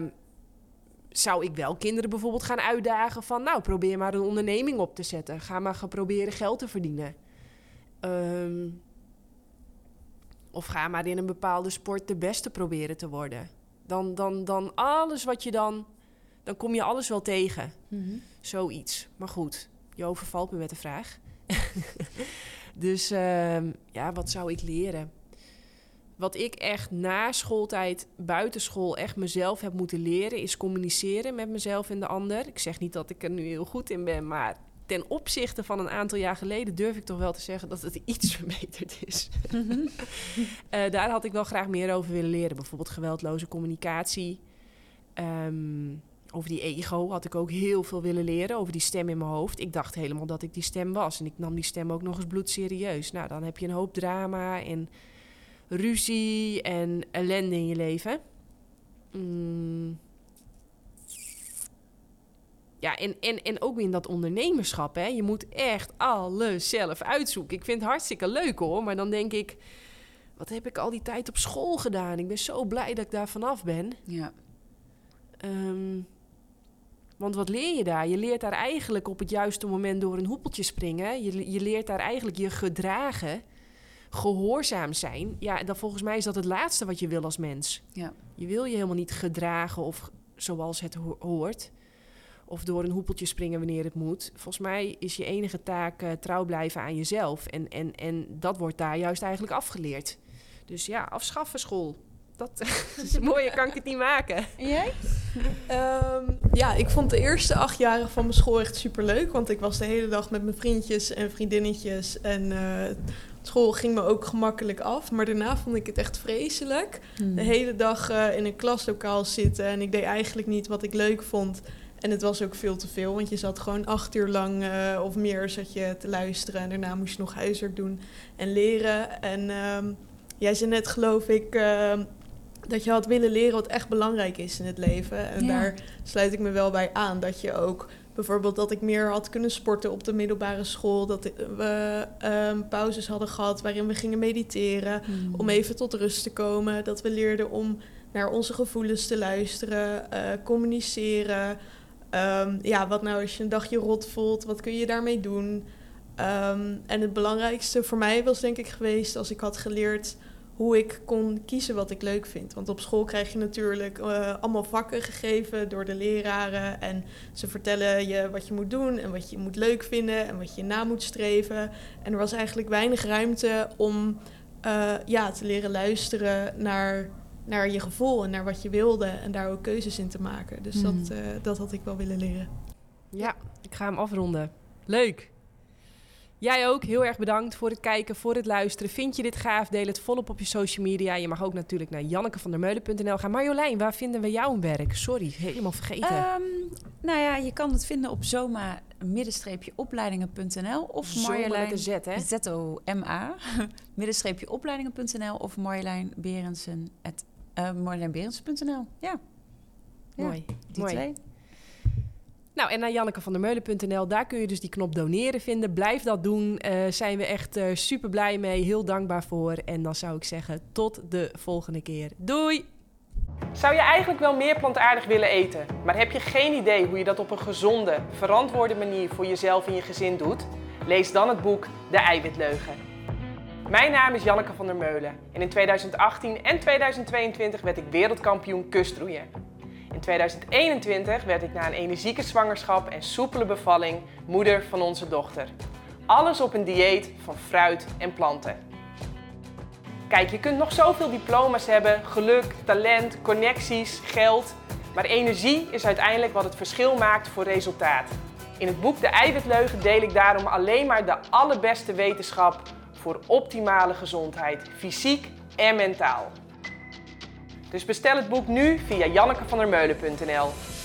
zou ik wel kinderen bijvoorbeeld gaan uitdagen van... nou, probeer maar een onderneming op te zetten. Ga maar gaan proberen geld te verdienen. Of ga maar in een bepaalde sport de beste proberen te worden. Dan alles wat je dan kom je alles wel tegen. Mm-hmm. Zoiets. Maar goed, je overvalt me met de vraag. Dus wat zou ik leren? wat ik echt na schooltijd, buitenschool, echt mezelf heb moeten leren, is communiceren met mezelf en de ander. Ik zeg niet dat ik er nu heel goed in ben, maar ten opzichte van een aantal jaar geleden durf ik toch wel te zeggen dat het iets verbeterd is. Daar had ik wel graag meer over willen leren. Bijvoorbeeld geweldloze communicatie. Over die ego had ik ook heel veel willen leren. Over die stem in mijn hoofd. Ik dacht helemaal dat ik die stem was. En ik nam die stem ook nog eens bloedserieus. Nou, dan heb je een hoop drama en ruzie en ellende in je leven. Ja, en ook in dat ondernemerschap, hè. Je moet echt alles zelf uitzoeken. Ik vind het hartstikke leuk, hoor. Maar dan denk ik, wat heb ik al die tijd op school gedaan? Ik ben zo blij dat ik daar vanaf ben. Ja. Want wat leer je daar? Je leert daar eigenlijk op het juiste moment door een hoepeltje springen. Je leert daar eigenlijk je gedragen, gehoorzaam zijn. Ja, dan volgens mij is dat het laatste wat je wil als mens. Ja. Je wil je helemaal niet gedragen of zoals het hoort. Of door een hoepeltje springen wanneer het moet. Volgens mij is je enige taak trouw blijven aan jezelf. En dat wordt daar juist eigenlijk afgeleerd. Dus ja, afschaffen school. Dat is mooi, kan ik het niet maken. En jij? Ja, ik vond de eerste 8 jaren van mijn school echt superleuk. Want ik was de hele dag met mijn vriendjes en vriendinnetjes. En school ging me ook gemakkelijk af. Maar daarna vond ik het echt vreselijk. De hele dag in een klaslokaal zitten. En ik deed eigenlijk niet wat ik leuk vond. En het was ook veel te veel. Want je zat gewoon 8 uur lang of meer zat je te luisteren. En daarna moest je nog huiswerk doen en leren. En jij zei net, geloof ik, dat je had willen leren wat echt belangrijk is in het leven. En daar sluit ik me wel bij aan. Dat je ook, bijvoorbeeld dat ik meer had kunnen sporten op de middelbare school. Dat we pauzes hadden gehad waarin we gingen mediteren. Om even tot rust te komen. Dat we leerden om naar onze gevoelens te luisteren. Communiceren. Wat nou als je een dagje rot voelt? Wat kun je daarmee doen? En het belangrijkste voor mij was denk ik geweest als ik had geleerd hoe ik kon kiezen wat ik leuk vind. Want op school krijg je natuurlijk allemaal vakken gegeven door de leraren. En ze vertellen je wat je moet doen en wat je moet leuk vinden en wat je na moet streven. En er was eigenlijk weinig ruimte om te leren luisteren naar je gevoel en naar wat je wilde. En daar ook keuzes in te maken. Dus dat had ik wel willen leren. Ja, ik ga hem afronden. Leuk! Jij ook, heel erg bedankt voor het kijken, voor het luisteren. Vind je dit gaaf? Deel het volop op je social media. Je mag ook natuurlijk naar jannekevandermeulen.nl gaan. Marjolein, waar vinden we jouw werk? Sorry, helemaal vergeten. Je kan het vinden op zoma-opleidingen.nl of Marjolein met een Z, hè? ZOMA -opleidingen.nl of Marjolein Berendsen marjolein.berendsen.nl. Ja. Mooi. Die mooi. 2. Nou, en naar jannekevandermeulen.nl, daar kun je dus die knop doneren vinden. Blijf dat doen. Zijn we echt super blij mee. Heel dankbaar voor. En dan zou ik zeggen, tot de volgende keer. Doei! Zou je eigenlijk wel meer plantaardig willen eten, maar heb je geen idee hoe je dat op een gezonde, verantwoorde manier voor jezelf en je gezin doet? Lees dan het boek De Eiwitleugen. Mijn naam is Janneke van der Meulen en in 2018 en 2022 werd ik wereldkampioen kustroeien. In 2021 werd ik na een energieke zwangerschap en soepele bevalling moeder van onze dochter. Alles op een dieet van fruit en planten. Kijk, je kunt nog zoveel diploma's hebben, geluk, talent, connecties, geld. Maar energie is uiteindelijk wat het verschil maakt voor resultaat. In het boek De Eiwitleugen deel ik daarom alleen maar de allerbeste wetenschap voor optimale gezondheid, fysiek en mentaal. Dus bestel het boek nu via jannekevandermeulen.nl.